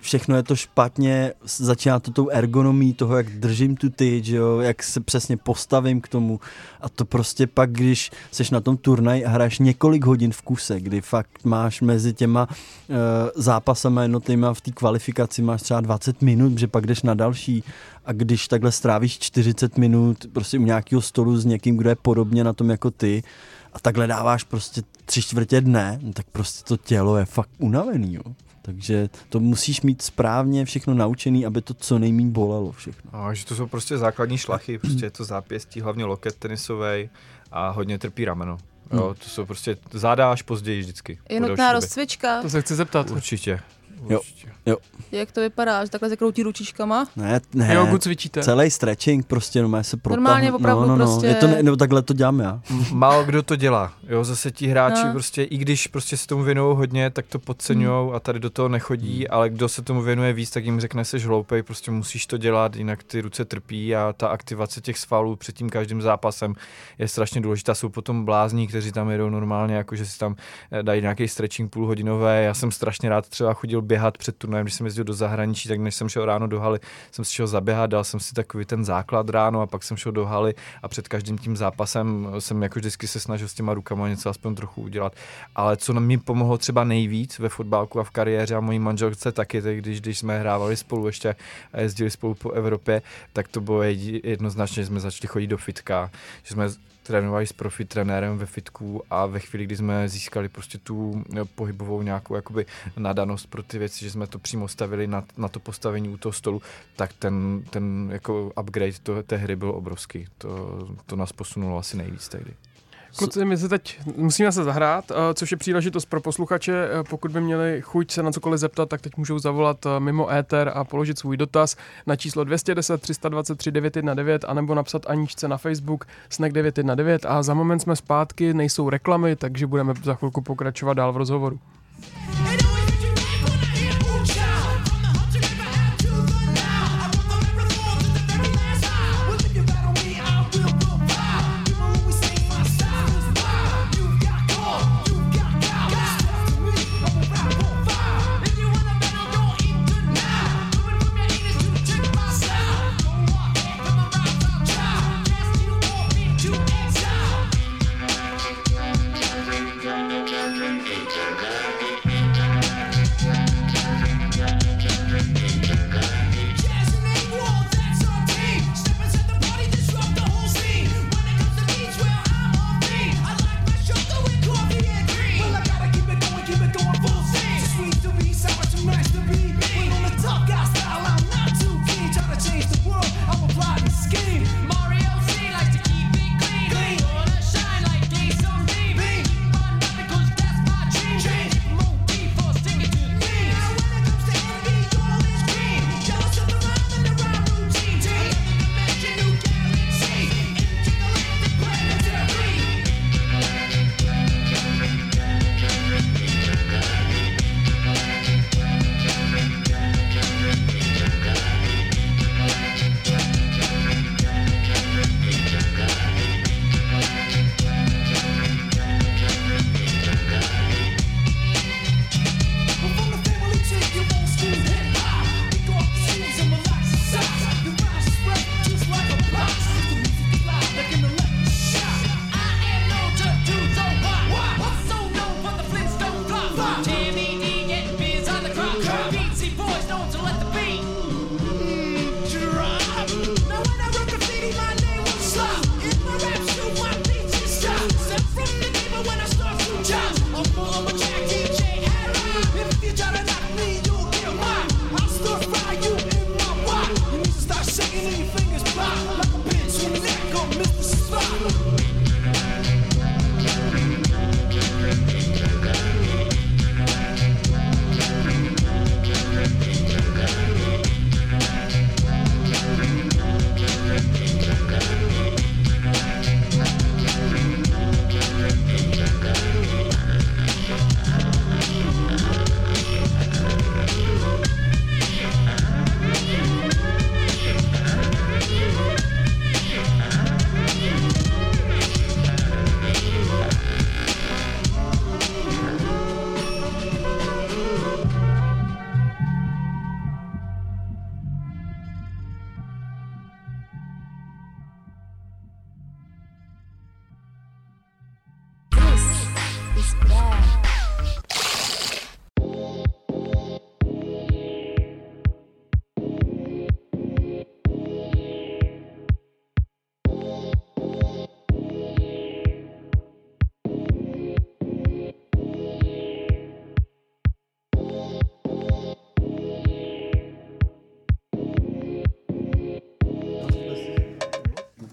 všechno je to špatně, začíná to tou ergonomí toho, jak držím tu tyč, jo, jak se přesně postavím k tomu a to prostě pak, když seš na tom turnaji a hraješ několik hodin v kuse, kdy fakt máš mezi těma uh, zápasama jednotlivýma v té kvalifikaci máš třeba dvacet minut, že pak jdeš na další a když takhle strávíš čtyřicet minut prostě u nějakého stolu s někým, kdo je podobně na tom jako ty a takhle dáváš prostě tři čtvrtě dne, tak prostě to tělo je fakt unavený, jo. Takže to musíš mít správně všechno naučený, aby to co nejméně bolelo všechno. No, že to jsou prostě základní šlachy, prostě je to zápěstí, hlavně loket tenisovej a hodně trpí rameno. Jo, to jsou prostě záda až později vždycky. Je nutná rozcvička. To se chci zeptat. Určitě. Jo, jo. Jak to vypadá, že takhle se kroutí ručičkama? Ne, ne. Jogu cvičíte? Celý stretching prostě, no, se protáhne. Normálně opravdu no, no, no. prostě. Je to, ne, nebo takhle to dělám já. Málo kdo to dělá, jo, zase ti hráči no. prostě, i když prostě se tomu věnují hodně, tak to podceňujou a tady do toho nechodí, ale kdo se tomu věnuje víc, tak jim řekne, seš hloupej, prostě musíš to dělat, jinak ty ruce trpí a ta aktivace těch svalů před tím každým zápasem je strašně důležitá. Jsou potom blázní, kteří tam jedou normálně, jako že si tam dají nějaký stretching půlhodinové. Já jsem strašně rád třeba chodil běhat před turnajem, když jsem jezdil do zahraničí, tak než jsem šel ráno do haly, jsem si šel zaběhat, dal jsem si takový ten základ ráno a pak jsem šel do haly a před každým tím zápasem jsem jako vždycky se snažil s těma rukama něco aspoň trochu udělat. Ale co mi pomohlo třeba nejvíc ve fotbalku a v kariéře a mojí manželce taky, tak když, když jsme hrávali spolu ještě a jezdili spolu po Evropě, tak to bylo jednoznačně, že jsme začali chodit do fitka, že jsme trénovali s profi trenérem ve fitku a ve chvíli, kdy jsme získali prostě tu pohybovou nějakou jakoby nadanost pro ty věci, že jsme to přímo stavili na, na to postavení u toho stolu, tak ten, ten jako upgrade to, té hry byl obrovský. To, to nás posunulo asi nejvíc tehdy. Kluci, my se teď musíme se zahrát, což je příležitost pro posluchače. Pokud by měli chuť se na cokoliv zeptat, tak teď můžou zavolat mimo éter a položit svůj dotaz na číslo dvě jedna nula tři dva tři devět jedna devět anebo napsat Aničce na Facebook Snack devět jedna devět a za moment jsme zpátky, nejsou reklamy, takže budeme za chvilku pokračovat dál v rozhovoru.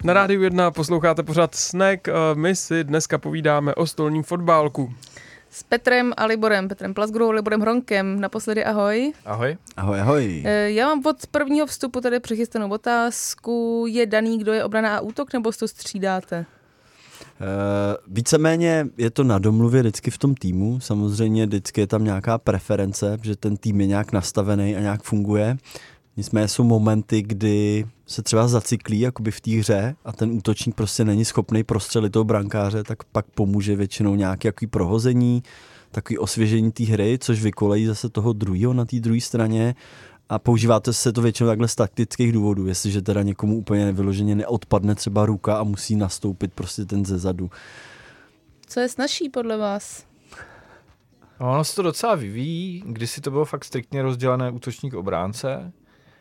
Na Rádiu jedna posloucháte pořád Snack. My si dneska povídáme o stolním fotbálku. S Petrem a Liborem, Petrem Plasgrou, Liborem Hronkem. Naposledy ahoj. Ahoj. Ahoj, ahoj. Já mám od prvního vstupu tady přichystanou otázku. Je daný, kdo je obrana a útok, nebo si to střídáte? Uh, víceméně je to na domluvě vždycky v tom týmu. Samozřejmě vždycky je tam nějaká preference, že ten tým je nějak nastavený a nějak funguje. Nicméně jsou momenty, kdy se třeba zacyklí jakoby v té hře a ten útočník prostě není schopný prostřelit toho brankáře, tak pak pomůže většinou nějaké jaký prohození, takový osvěžení té hry, což vykolejí zase toho druhého na té druhé straně a používáte se to většinou takhle z taktických důvodů, jestliže teda někomu úplně nevyloženě neodpadne třeba ruka a musí nastoupit prostě ten zezadu. Co je snazší podle vás? Ono se to docela vyvíjí, kdysi to bylo fakt striktně rozdělené útočník obránce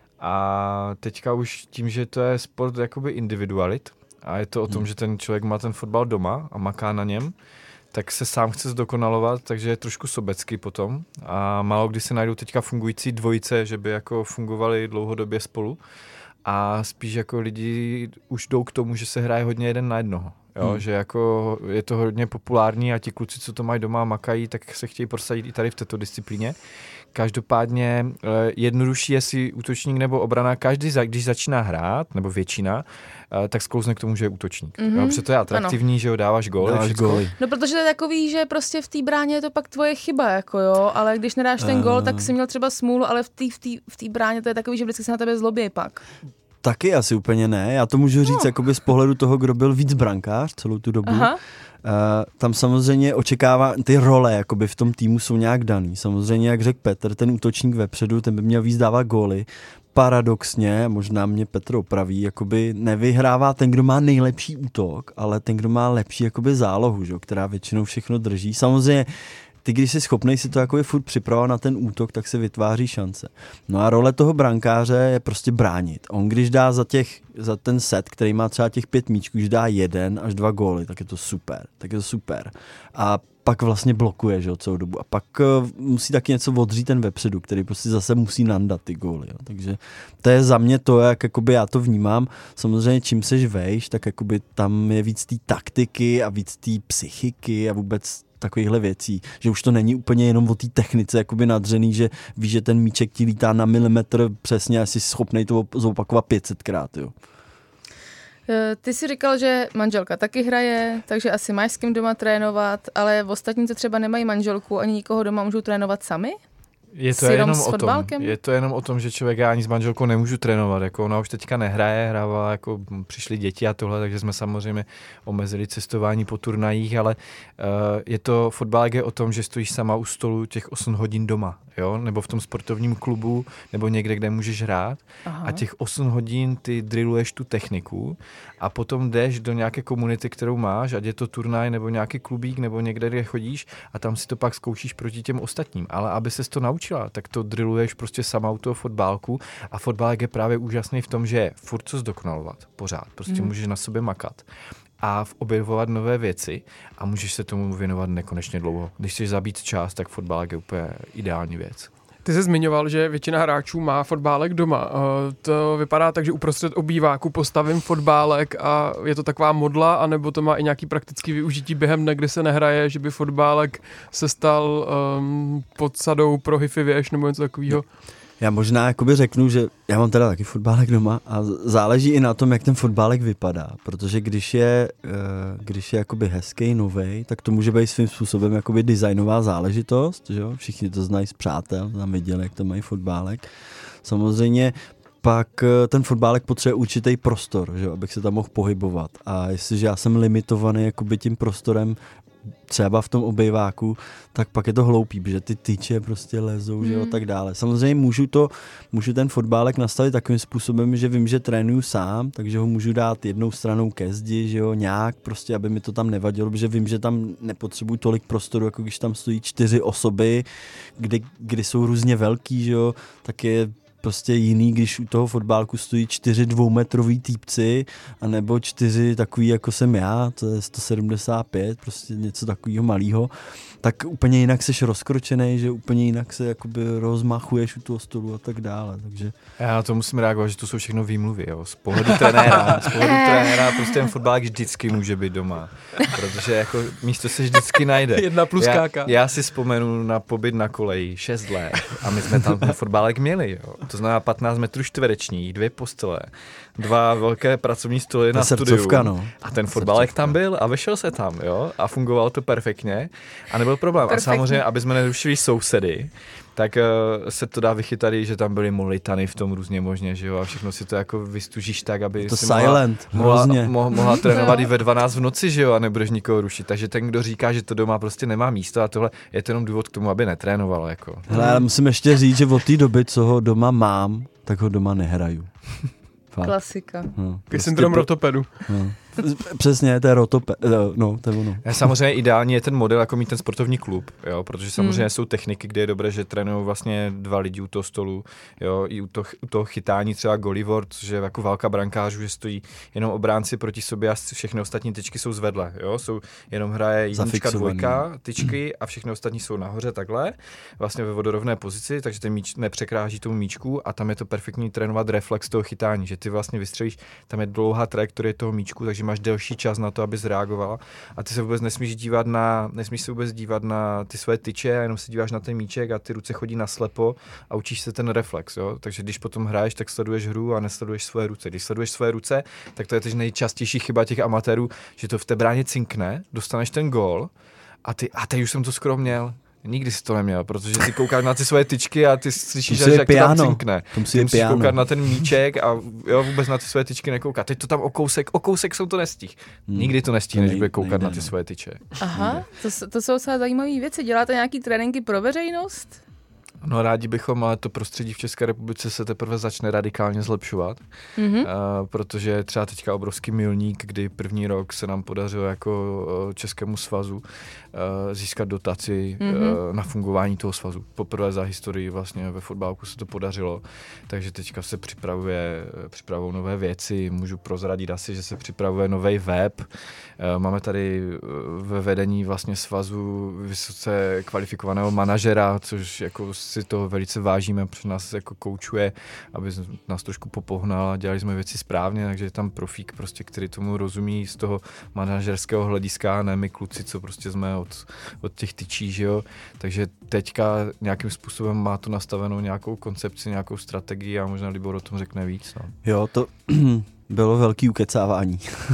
a teďka už tím, že to je sport jakoby individualit a je to o tom, hmm. že ten člověk má ten fotbal doma a maká na něm, tak se sám chce zdokonalovat, takže je trošku sobecký potom a málo kdy se najdou teďka fungující dvojice, že by jako fungovali dlouhodobě spolu a spíš jako lidi už jdou k tomu, že se hraje hodně jeden na jednoho. Jo, hmm. že jako je to hodně populární a ti kluci, co to mají doma a makají, tak se chtějí prosadit i tady v této disciplíně. Každopádně jednodušší je si útočník nebo obrana, každý, když začíná hrát, nebo většina, tak sklouzne k tomu, že je útočník. Mm-hmm. Jo, protože to je atraktivní, ano. Že ho dáváš góly. Dáváš góly. No protože to je takový, že prostě v té bráně je to pak tvoje chyba, jako jo, ale když nedáš ten uh... gól, tak jsi měl třeba smůlu, ale v té v v bráně to je takový, že vždycky se na tebe zlobí pak. Taky asi úplně ne. Já to můžu říct no. jakoby z pohledu toho, kdo byl víc brankář celou tu dobu. Aha. Uh, tam samozřejmě očekává, ty role jakoby v tom týmu jsou nějak daný. Samozřejmě, jak řekl Petr, ten útočník vepředu, ten by měl víc dávat góly. Paradoxně, možná mě Petr opraví, jakoby nevyhrává ten, kdo má nejlepší útok, ale ten, kdo má lepší jakoby zálohu, že, která většinou všechno drží. Samozřejmě ty, když jsi schopnej si to jakoby furt připravovat na ten útok, tak se vytváří šance. No a role toho brankáře je prostě bránit. On když dá za, těch, za ten set, který má třeba těch pět míčků, když dá jeden až dva góly, tak je to super. Tak je to super. A pak vlastně blokuje, že, celou dobu. A pak uh, musí taky něco odřít ten vepředu, který prostě zase musí nandat ty góly. Jo. Takže to je za mě to, jak jakoby já to vnímám. Samozřejmě čím seš vejš, tak jakoby tam je víc té taktiky a víc té psychiky a vůbec takovýchhle věcí, že už to není úplně jenom o té technice jakoby nadřený, že víš, že ten míček ti lítá na milimetr přesně a jsi schopnej to zopakovat pět set krát, jo. Ty jsi říkal, že manželka taky hraje, takže asi máš s kým doma trénovat, ale ostatní, co třeba nemají manželku, ani nikoho doma můžou trénovat sami? Je to, jenom o tom, je to jenom o tom, že člověk, já ani s manželkou nemůžu trénovat, jako ona už teďka nehraje, hrávala, jako přišly děti a tohle, takže jsme samozřejmě omezili cestování po turnajích, ale uh, je to, fotbal je o tom, že stojíš sama u stolu těch osm hodin doma, jo, nebo v tom sportovním klubu, nebo někde, kde můžeš hrát. Aha. A těch osm hodin ty drilluješ tu techniku a potom jdeš do nějaké komunity, kterou máš, ať je to turnaj, nebo nějaký klubík, nebo někde, kde chodíš a tam si to pak zkoušíš proti těm ostatním, ale aby ses to naučila, tak to drilluješ prostě sama u toho fotbálku a fotbálek je právě úžasný v tom, že je furt co zdokonalovat, pořád, prostě hmm. můžeš na sobě makat a objevovat nové věci a můžeš se tomu věnovat nekonečně dlouho. Když chceš zabít čas, tak fotbálek je úplně ideální věc. Ty jsi zmiňoval, že většina hráčů má fotbálek doma. To vypadá tak, že uprostřed obýváku postavím fotbálek a je to taková modla, anebo to má i nějaký praktický využití během dne, kdy se nehraje, že by fotbálek se stal um, podsadou pro hifi věž nebo něco takového? Já možná jakoby řeknu, že já mám teda taky fotbálek doma a záleží i na tom, jak ten fotbálek vypadá, protože když je, když je jakoby hezký, novej, tak to může být svým způsobem jakoby designová záležitost, že jo? Všichni to znají z přátel, tam viděli, jak to mají fotbálek. Samozřejmě pak ten fotbálek potřebuje určitý prostor, že jo? Abych se tam mohl pohybovat a jestliže já jsem limitovaný jakoby tím prostorem, třeba v tom obejváku, tak pak je to hloupý, protože ty tyče prostě lezou, hmm. že jo, tak dále. Samozřejmě můžu to, můžu ten fotbálek nastavit takovým způsobem, že vím, že trénuju sám, takže ho můžu dát jednou stranou ke zdi, že jo, nějak prostě, aby mi to tam nevadilo, protože vím, že tam nepotřebuji tolik prostoru, jako když tam stojí čtyři osoby, kdy, kdy jsou různě velký, že jo, tak je prostě jiný, když u toho fotbálku stojí čtyři dvoumetrový týpci, anebo čtyři takový, jako jsem já, to je sto sedmdesát pět, prostě něco takového malého. tak úplně jinak seš rozkročený, že úplně jinak se jakoby rozmachuješ u toho stolu a tak dále, takže... Já na to musím reagovat, že to jsou všechno výmluvy, jo. Z pohledu trenéra, z pohledu trenéra prostě ten fotbalek vždycky může být doma, protože jako místo se vždycky najde. Jedna plus já, káka. Já si vzpomenu na pobyt na koleji šest let a my jsme tam ten fotbalek měli, jo. To znamená patnáct metrů čtverečních, dvě postele, dva velké pracovní stoly na studiu. No. A ten fotbalek tam byl a vešel se tam, jo. A fungovalo to perfektně a nebyl problém. Perfektně. A samozřejmě, aby jsme nerušili sousedy, tak uh, se to dá vychytat, že tam byly molitany v tom různě možně, že jo, a všechno si to jako vystužíš tak, aby to si silent, mohla, mohla, mohla, mohla trénovat i ve dvanáct v noci, že jo, a nebudeš nikoho rušit. Takže ten, kdo říká, že to doma prostě nemá místo a tohle, je to jenom důvod k tomu, aby netrénoval, jako. Hele, ale musím ještě říct, že od té doby, co ho doma mám, tak ho doma nehraju. Fakt. Klasika. No, prostě syndrom rotopedu. No. Přesně, to je rotope, no, to je ono. Samozřejmě ideální je ten model, jako mít ten sportovní klub, jo, protože samozřejmě hmm. jsou techniky, kde je dobré, že trénují vlastně dva lidi u toho stolu, jo, i u toho, u toho chytání třeba goalivor, což je jako válka brankářů, že stojí jenom obránci proti sobě a všechny ostatní tyčky jsou zvedle, jo, jsou jenom hraje jednička, dvojka, tyčky a všechny ostatní jsou nahoře takhle, vlastně ve vodorovné pozici, takže ten míč nepřekráží tomu míčku a tam je to perfektní trénovat reflex toho chytání, že ty vlastně vystřelíš, tam je dlouhá trajektorie toho míčku, takže máš delší čas na to, aby zreagovala a ty se vůbec nesmíš dívat na, nesmíš se vůbec dívat na ty své tyče, a jenom se díváš na ten míček a ty ruce chodí naslepo a učíš se ten reflex, jo? Takže když potom hraješ, tak sleduješ hru a nesleduješ svoje ruce. Když sleduješ svoje ruce, tak to je teď nejčastější chyba těch amatérů, že to v té bráně cinkne, dostaneš ten gól a ty, a teď už jsem to skoro měl. Nikdy jsi to neměl, protože ty koukáš na ty svoje tyčky a ty slyšíš, že jak to tam cinkne. Ty musíš piano. Koukat na ten míček a jo, vůbec na ty svoje tyčky nekoukat. Teď to tam o kousek, o kousek jsou to nestih. Hmm. Nikdy to nestih, než bude koukat nejde, na ty svoje tyče. Aha, to, to jsou docela zajímavé věci. Děláte nějaký tréninky pro veřejnost? No rádi bychom, ale to prostředí v České republice se teprve začne radikálně zlepšovat, mm-hmm. uh, protože třeba teďka obrovský milník, kdy první rok se nám podařilo jako uh, Českému svazu uh, získat dotaci mm-hmm. uh, na fungování toho svazu. Poprvé za historii vlastně ve fotbalku se to podařilo, takže teďka se připravuje, připravují nové věci, můžu prozradit asi, že se připravuje nový web. Uh, máme tady ve vedení vlastně svazu vysoce kvalifikovaného manažera, což jako si toho velice vážíme, protože nás jako koučuje, aby nás trošku popohnal a dělali jsme věci správně, takže je tam profík, prostě, který tomu rozumí z toho manažerského hlediska, ne my kluci, co prostě jsme od, od těch tyčí, že jo. Takže teďka nějakým způsobem má to nastavenou nějakou koncepci, nějakou strategii a možná Libor o tom řekne víc. No. Jo, to bylo velký ukecávání.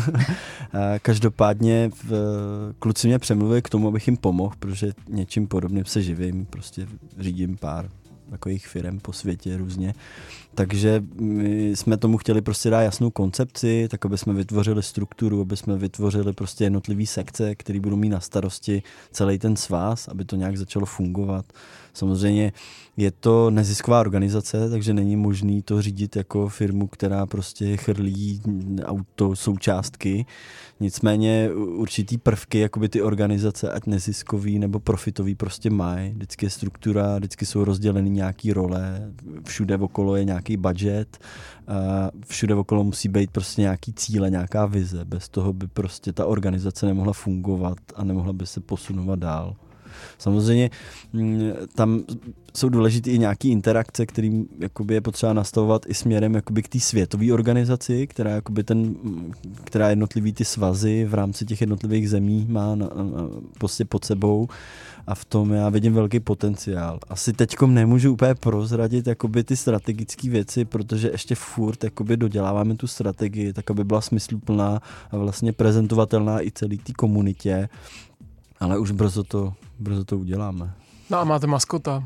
Každopádně v, kluci mě přemluvili k tomu, abych jim pomohl, protože něčím podobným se živím, prostě řídím pár takových firem po světě různě. Takže my jsme tomu chtěli prostě dát jasnou koncepci, tak aby jsme vytvořili strukturu, aby jsme vytvořili prostě jednotlivý sekce, které budou mít na starosti celý ten svaz, aby to nějak začalo fungovat. Samozřejmě je to nezisková organizace, takže není možný to řídit jako firmu, která prostě chrlí auto součástky. Nicméně určitý prvky, jakoby ty organizace, ať neziskový nebo profitový, prostě mají. Vždycky je struktura, vždycky jsou rozděleny nějaký role, všude okolo je nějaký budget, všude okolo musí být prostě nějaký cíle, nějaká vize. Bez toho by prostě ta organizace nemohla fungovat a nemohla by se posunovat dál. Samozřejmě tam jsou důležité i nějaké interakce, kterým jakoby je potřeba nastavovat i směrem jakoby k té světové organizaci, která, jakoby ten, která jednotlivý ty svazy v rámci těch jednotlivých zemí má na, na, prostě pod sebou a v tom já vidím velký potenciál. Asi teďkom nemůžu úplně prozradit jakoby ty strategické věci, protože ještě furt jakoby doděláváme tu strategii, tak aby byla smysluplná a vlastně prezentovatelná i celý té komunitě. Ale už brzo to, brzo to uděláme. No a máte maskota?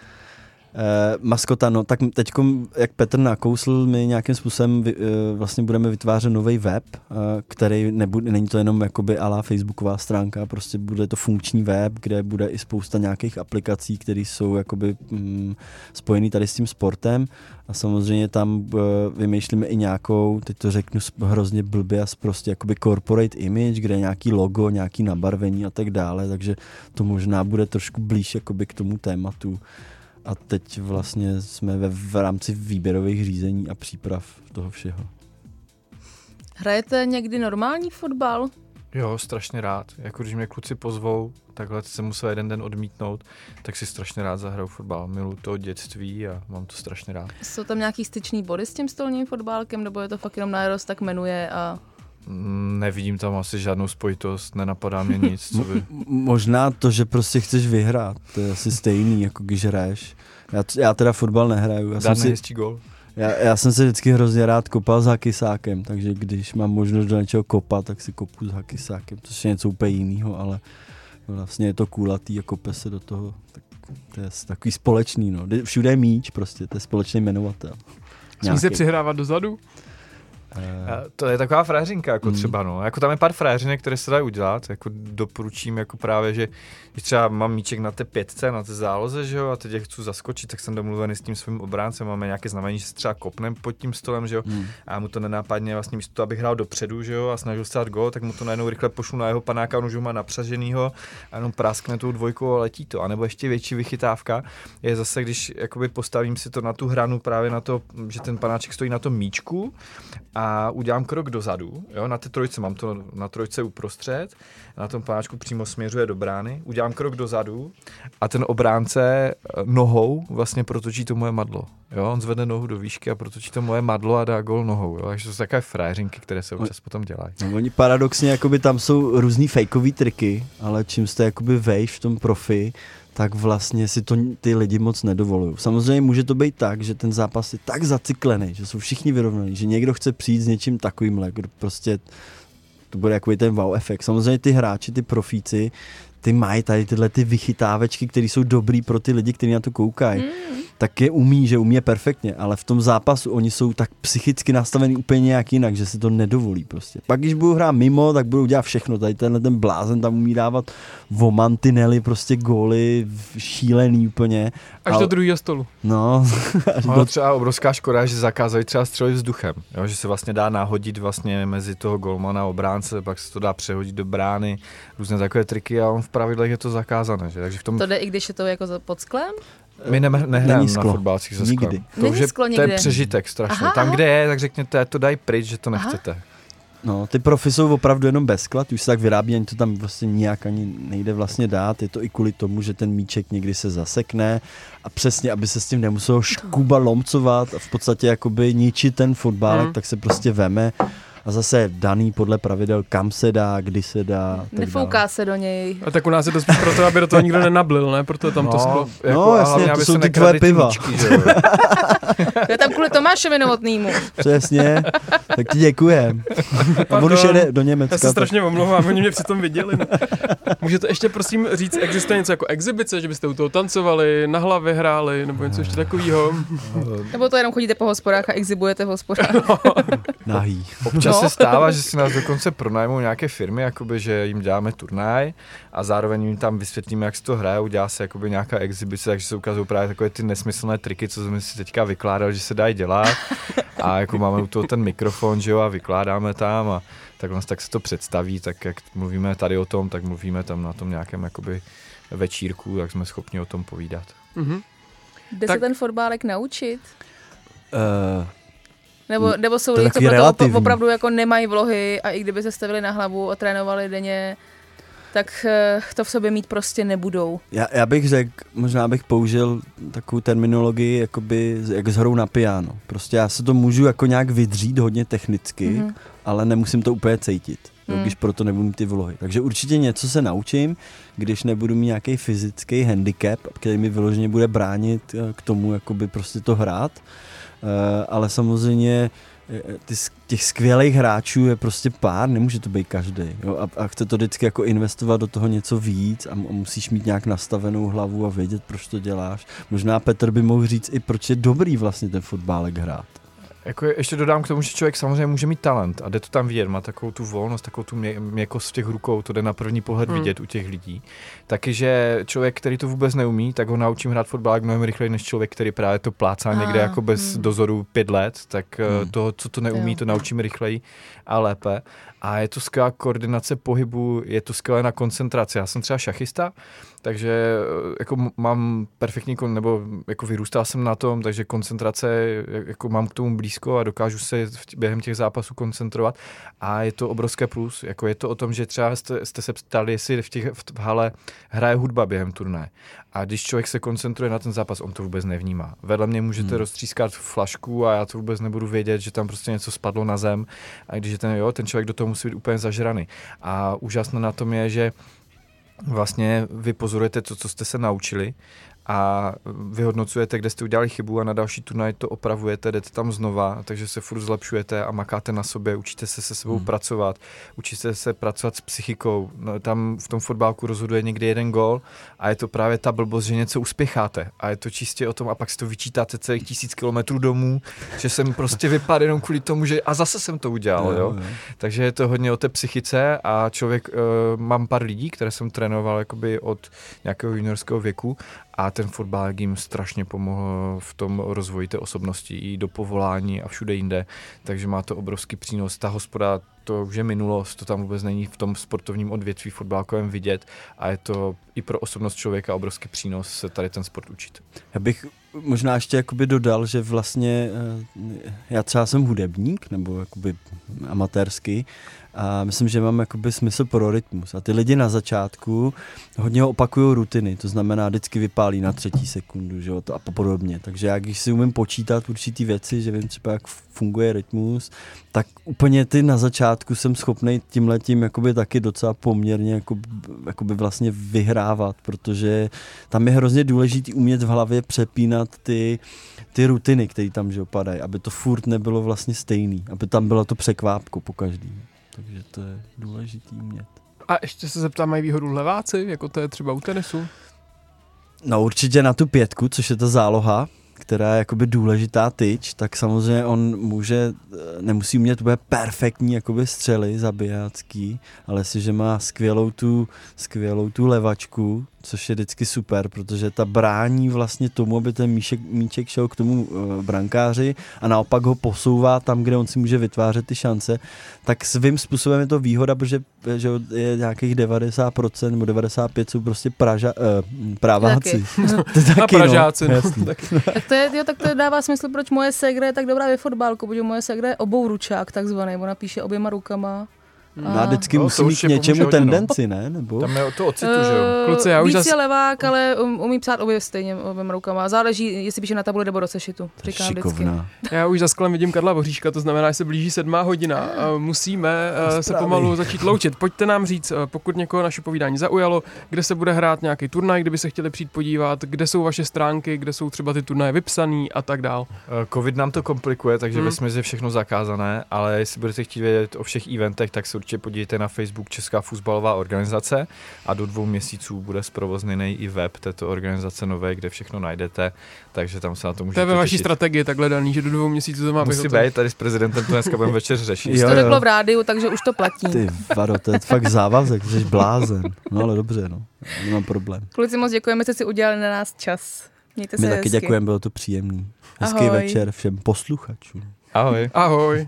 Eh, maskota, no tak teďkom, jak Petr nakousl, my nějakým způsobem vy, eh, vlastně budeme vytvářet nový web, eh, který nebude, není to jenom jakoby à la facebooková stránka, prostě bude to funkční web, kde bude i spousta nějakých aplikací, které jsou jakoby mm, spojený tady s tím sportem a samozřejmě tam eh, vymýšlíme i nějakou, teď to řeknu hrozně blbě, prostě jakoby corporate image, kde je nějaký logo, nějaký nabarvení a tak dále, takže to možná bude trošku blíž jakoby k tomu tématu. A teď vlastně jsme ve, v rámci výběrových řízení a příprav toho všeho. Hrajete někdy normální fotbal? Jo, strašně rád. Jako když mě kluci pozvou, takhle jsem musel jeden den odmítnout, tak si strašně rád zahraju fotbal. Miluji to dětství a mám to strašně rád. Jsou tam nějaký styčný body s tím stolním fotbálkem, nebo je to fakt jenom nárost tak jmenuje a... Nevidím tam asi žádnou spojitost, nenapadá mě nic, co by... Možná to, že prostě chceš vyhrát, to je asi stejný, jako když hraješ. Já, já teda fotbal nehraju. Já Dát jsem nejhezčí gól. Já, já jsem se vždycky hrozně rád kopal s hakysákem, takže když mám možnost do něčeho kopat, tak si kopu s hakysákem, což je něco úplně jiného, ale vlastně je to kůlatý a kope se do toho. Tak to je takový společný, no. Všude je míč prostě, to je společný jmenovatel. Smí se přihrávat dozadu? Uh, to je taková fréřinka, jako mm. třeba, no. Jako tam je pár fréřinek, které se dají udělat, jako doporučím, jako právě, že když třeba mám míček na té pětce, na té záloze, že jo, a teď chci zaskočit, tak jsem domluvený s tím svým obráncem, máme nějaké znamení, že se třeba kopnem pod tím stolem, že jo, mm. a mu to nenápadně vlastně místo toho, abych hrál dopředu, že jo, a snažil se dát gól, tak mu to najednou rychle pošlu na jeho panáka, on už ho má napřaženýho a jenom práskne tou dvojkou a letí to. A nebo ještě větší vychytávka je zase, když jakoby postavím si to na tu hranu právě na to, že ten panáček stojí na tom míčku a udělám krok dozadu, jo, na té trojce, mám to na trojce uprostřed, na tom panáčku přímo směřuje do brány, udělám krok dozadu a ten obránce nohou vlastně protočí to moje madlo. Jo, on zvedne nohu do výšky a protočí to moje madlo a dá gól nohou. Jo. Takže to jsou takové fréřinky, které se občas potom dělají. No, oni paradoxně, jakoby tam jsou různý fejkový triky, ale čím jste jakoby vejš v tom profi, tak vlastně si to ty lidi moc nedovolují. Samozřejmě může to být tak, že ten zápas je tak zacyklený, že jsou všichni vyrovnaní, že někdo chce přijít s něčím takovýmhle, kdo prostě to bude jako ten wow efekt. Samozřejmě ty hráči, ty profíci, ty mají tady tyhle ty vychytávečky, které jsou dobrý pro ty lidi, kteří na to koukají. Mm. Tak je umí, že umí je perfektně, ale v tom zápasu oni jsou tak psychicky nastavení úplně nějak jinak, že si to nedovolí prostě. Pak když budu hrát mimo, tak budu dělat všechno. Tady tenhle ten blázen tam umí dávat o mantinely, prostě góly šílený úplně. Až ale... do druhého stolu. No. Až do... třeba obrovská škoda, že zakázali třeba střely vzduchem, jo? Že se vlastně dá nahodit vlastně mezi toho golmana a obránce, pak se to dá přehodit do brány, různé takové triky a on v pravidlech je to zakázané. Že? Takže v tom... To jde i když je to jako pod sklem? My ne- nehrajeme na fotbálcích se sklem. Nikdy. To, je, to je přežitek strašně. Aha, Tam, aha. kde je, tak řekněte, to dají pryč, že to nechcete. Aha. No, ty profi jsou opravdu jenom bez skla, už se tak vyrábí, ani to tam vlastně nijak ani nejde vlastně dát. Je to i kvůli tomu, že ten míček někdy se zasekne a přesně, aby se s tím nemuselo škuba lomcovat a v podstatě jakoby ničit ten fotbálek, hmm. tak se prostě veme. A zase daný podle pravidel, kam se dá, kdy se dá. Nefouká dále. Se do něj. A tak u nás je to spíš proto, aby do toho nikdo nenablil, ne? Proto je tam no, to sklo. Jako, no jasně, to jsou ty tvoje piva. Míčky, to je tam kvůli Tomášovi Novotnýmu. Přesně, tak ti děkujem. A on už jede do Německa. Já se strašně omlouvám, oni mě přitom viděli. Můžete ještě prosím říct, existuje něco jako exibice, že byste u toho tancovali, na hlavě hráli, nebo něco ještě takového? Nebo to jenom chodíte po hospodách a exibujete v hospodách? No. Nahý. Občas se stává, že si nás dokonce pronajmou nějaké firmy, jakoby, že jim děláme turnaj a zároveň jim tam vysvětlíme, jak se to hraje, udělá se jakoby nějaká exibice, takže se ukazují právě takové ty nesmyslné triky, co jsme si teďka vykládali, že se dají dělat a jako máme u toho ten mikrofon, že jo, a vykládáme tam a takhle tak se to představí, tak jak mluvíme tady o tom, tak mluvíme tam na tom nějakém jakoby večírku, tak jsme schopni o tom povídat. Mm-hmm. Jde tak... se ten fotbálek naučit? Uh... Nebo, nebo jsou lidi, co proto opravdu jako nemají vlohy a i kdyby se stavili na hlavu a trénovali denně, tak to v sobě mít prostě nebudou. Já, já bych řekl, možná bych použil takovou terminologii, jakoby, jak s hrou na piano. Prostě já se to můžu jako nějak vydřít hodně technicky, mm-hmm. ale nemusím to úplně cítit, mm. když proto nebudu mít ty vlohy. Takže určitě něco se naučím, když nebudu mít nějaký fyzický handicap, který mi vyloženě bude bránit k tomu, jakoby prostě to hrát. Uh, ale samozřejmě ty, těch skvělých hráčů je prostě pár, nemůže to být každý. Jo? A, a chce to vždycky jako investovat do toho něco víc a musíš mít nějak nastavenou hlavu a vědět, proč to děláš. Možná Petr by mohl říct i, proč je dobrý vlastně ten fotbálek hrát. Jako ještě dodám k tomu, že člověk samozřejmě může mít talent a jde to tam vidět, má takovou tu volnost, takovou tu mě, měkost v těch rukou, to jde na první pohled hmm. vidět u těch lidí. Taky, že člověk, který to vůbec neumí, tak ho naučím hrát fotbal mnohem rychleji než člověk, který právě to plácá ah, někde jako bez hmm. dozoru pět let, tak hmm. toho, co to neumí, to naučím rychleji a lépe. A je to skvělá koordinace pohybu, je to skvělé na koncentraci. Já jsem třeba šachista, takže jako mám perfektní, kon, nebo jako vyrůstal jsem na tom, takže koncentrace, jako mám k tomu blízko a dokážu se během těch zápasů koncentrovat a je to obrovské plus, jako je to o tom, že třeba jste, jste se ptali, jestli v, těch, v hale hraje hudba během turnaje. A když člověk se koncentruje na ten zápas, on to vůbec nevnímá. Vedle mě můžete hmm. roztřískat flašku a já to vůbec nebudu vědět, že tam prostě něco spadlo na zem. A když je ten, jo, ten člověk do toho musí být úplně zažraný. A úžasné na tom je, že vlastně vy pozorujete to, co jste se naučili a vyhodnocujete, kde jste udělali chybu a na další turnaj to opravujete, jdete tam znova, takže se furt zlepšujete a makáte na sobě, učíte se se sebou hmm. pracovat, učíte se pracovat s psychikou. No, tam v tom fotbálku rozhoduje někdy jeden gól a je to právě ta blbost, že něco uspěcháte a je to čistě o tom a pak si to vyčítáte celých tisíc kilometrů domů, že jsem prostě vypadl jenom kvůli tomu, že a zase jsem to udělal, jo. jo. Takže je to hodně o té psychice a člověk, uh, mám pár lidí, které jsem trénoval jakoby od nějakého juniorského věku a ten fotbal jim strašně pomohl v tom rozvoji té osobnosti i do povolání a všude jinde, takže má to obrovský přínos. Ta hospoda, to už je minulost, to tam vůbec není v tom sportovním odvětví fotbálkovém vidět a je to i pro osobnost člověka obrovský přínos se tady ten sport učit. Já bych možná ještě jakoby dodal, že vlastně já třeba jsem hudebník, nebo jakoby amatérský, a myslím, že mám jakoby smysl pro rytmus. A ty lidi na začátku hodně opakují rutiny, to znamená vždycky vypálí na třetí sekundu, že jo, to a podobně. Takže já když si umím počítat určitý věci, že vím třeba, jak funguje rytmus, tak úplně ty na začátku jsem schopnej tímhletím jakoby taky docela poměrně jakoby, jakoby vlastně vyhrávat, protože tam je hrozně důležitý umět v hlavě přepínat ty, ty rutiny, které tam že opadají, aby to furt nebylo vlastně stejný, aby tam bylo to překvápko po každý. Takže to je důležitý umět. A ještě se zeptám, mají výhodu leváci, jako to je třeba u tenisu? No určitě na tu pětku, což je ta záloha, která je jakoby důležitá tyč, tak samozřejmě on může, nemusí mít úplně perfektní jakoby střely zabijácký, ale jestliže má skvělou tu, skvělou tu levačku, což je vždycky super, protože ta brání vlastně tomu, aby ten míček, míček šel k tomu uh, brankáři a naopak ho posouvá tam, kde on si může vytvářet ty šance, tak svým způsobem je to výhoda, protože že je nějakých devadesát procent nebo devadesát pět procent jsou prostě praža, uh, práváci. Taky. A pražáci. No. No, tak to je, jo, tak to dává smysl, proč moje ségra je tak dobrá ve fotbálku, protože moje ségra je obouručák takzvaný, ona píše oběma rukama. A vždycky no, musí mít k něčemu tendenci, ne? Nebo? Tam je o to ocitu, uh, že jo? Kluci, já už víc zas... je levák, ale um, umí psát obě stejně oběma rukama. Záleží, jestli píše na tabuli nebo do sešitu. Říkám vždycky. Já už za sklem vidím Karla Voříška, to znamená, že se blíží sedmá hodina. A musíme uh, se pomalu začít loučit. Pojďte nám říct, uh, pokud někoho naše povídání zaujalo, kde se bude hrát nějaký turnaj, kdyby se chtěli přijít podívat, kde jsou vaše stránky, kde jsou třeba ty turnaje vypsaný a tak dál. Covid nám to komplikuje, takže hmm. vesměs je všechno zakázané, ale jestli budete chtít vědět o všech eventech, tak se určitě podívejte na Facebook Česká fotbalová organizace a do dvou měsíců bude zprovozněný i web této organizace nové, kde všechno najdete, takže tam se na to můžete. To je ve vaší těšit. Strategii takhle daný, že do dvou měsíců to má Musí být, tady s prezidentem to dneska budeme večer řešit. Jo, to řeklo v rádiu, takže už to platí. Ty vado, to je fakt závazek, jsi blázen. No ale dobře, no, nemám problém. Kluci, moc děkujeme, že jste si udělali na nás čas. Mějte se My hezky. taky děkujeme, bylo to příjemný. Hezký Ahoj. večer všem posluchačům. Ahoj. Ahoj.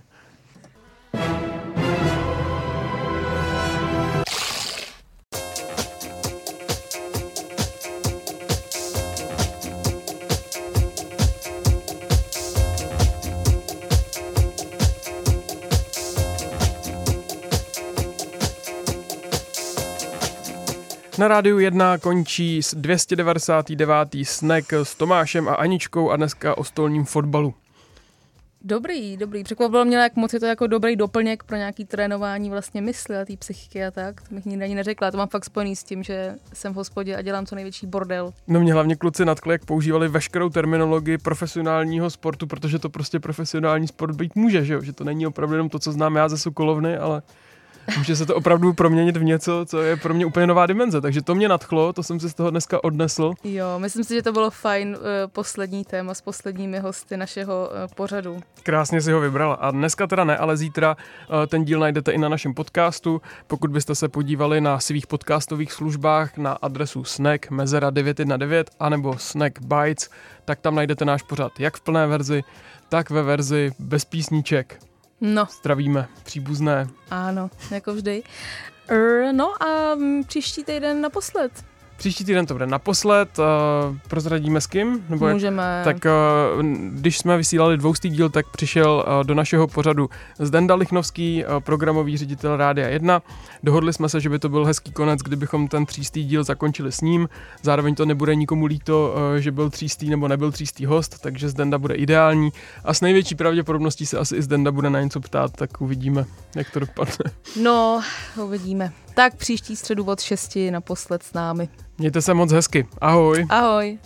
Na Rádiu jedna končí dvě stě devadesát devět. Snack s Tomášem a Aničkou a dneska o stolním fotbalu. Dobrý, dobrý. Překvapilo mě, jak moc je to jako dobrý doplněk pro nějaký trénování vlastně mysli a té psychiky a tak. To bych nikdy ani neřekla. To mám fakt spojený s tím, že jsem v hospodě a dělám co největší bordel. No mě hlavně kluci nadkli, jak používali veškerou terminologii profesionálního sportu, protože to prostě profesionální sport být může, že jo? Že to není opravdu jenom to, co znám já ze Sokolovny, ale může se to opravdu proměnit v něco, co je pro mě úplně nová dimenze, takže to mě nadchlo, to jsem si z toho dneska odnesl. Jo, myslím si, že to bylo fajn uh, poslední téma s posledními hosty našeho uh, pořadu. Krásně si ho vybrala a dneska teda ne, ale zítra uh, ten díl najdete i na našem podcastu. Pokud byste se podívali na svých podcastových službách na adresu Snack Mezera devět jedna devět anebo Snack Bites, tak tam najdete náš pořad jak v plné verzi, tak ve verzi bez písniček. No. Zdravíme příbuzné. Ano, jako vždy. Er, no a příští týden naposled. Příští týden to bude naposled, uh, prozradíme s kým? Nebo Můžeme. Jak, tak uh, když jsme vysílali dvoustý díl, tak přišel uh, do našeho pořadu Zdenda Lichnovský, uh, programový ředitel Rádia jedna. Dohodli jsme se, že by to byl hezký konec, kdybychom ten třístý díl zakončili s ním. Zároveň to nebude nikomu líto, uh, že byl třístý nebo nebyl třístý host, takže Zdenda bude ideální. A s největší pravděpodobností se asi i Zdenda bude na něco ptát, tak uvidíme, jak to dopadne. No, uvidíme. Tak příští středu od šesti naposled s námi. Mějte se moc hezky. Ahoj. Ahoj.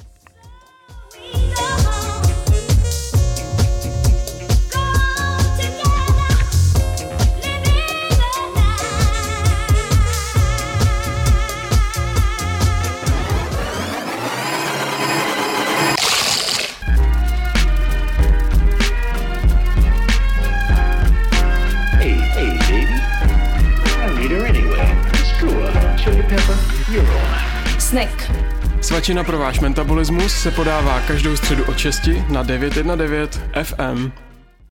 Snack. Svačina pro váš metabolismus se podává každou středu od šesti na devět jedna devět F M.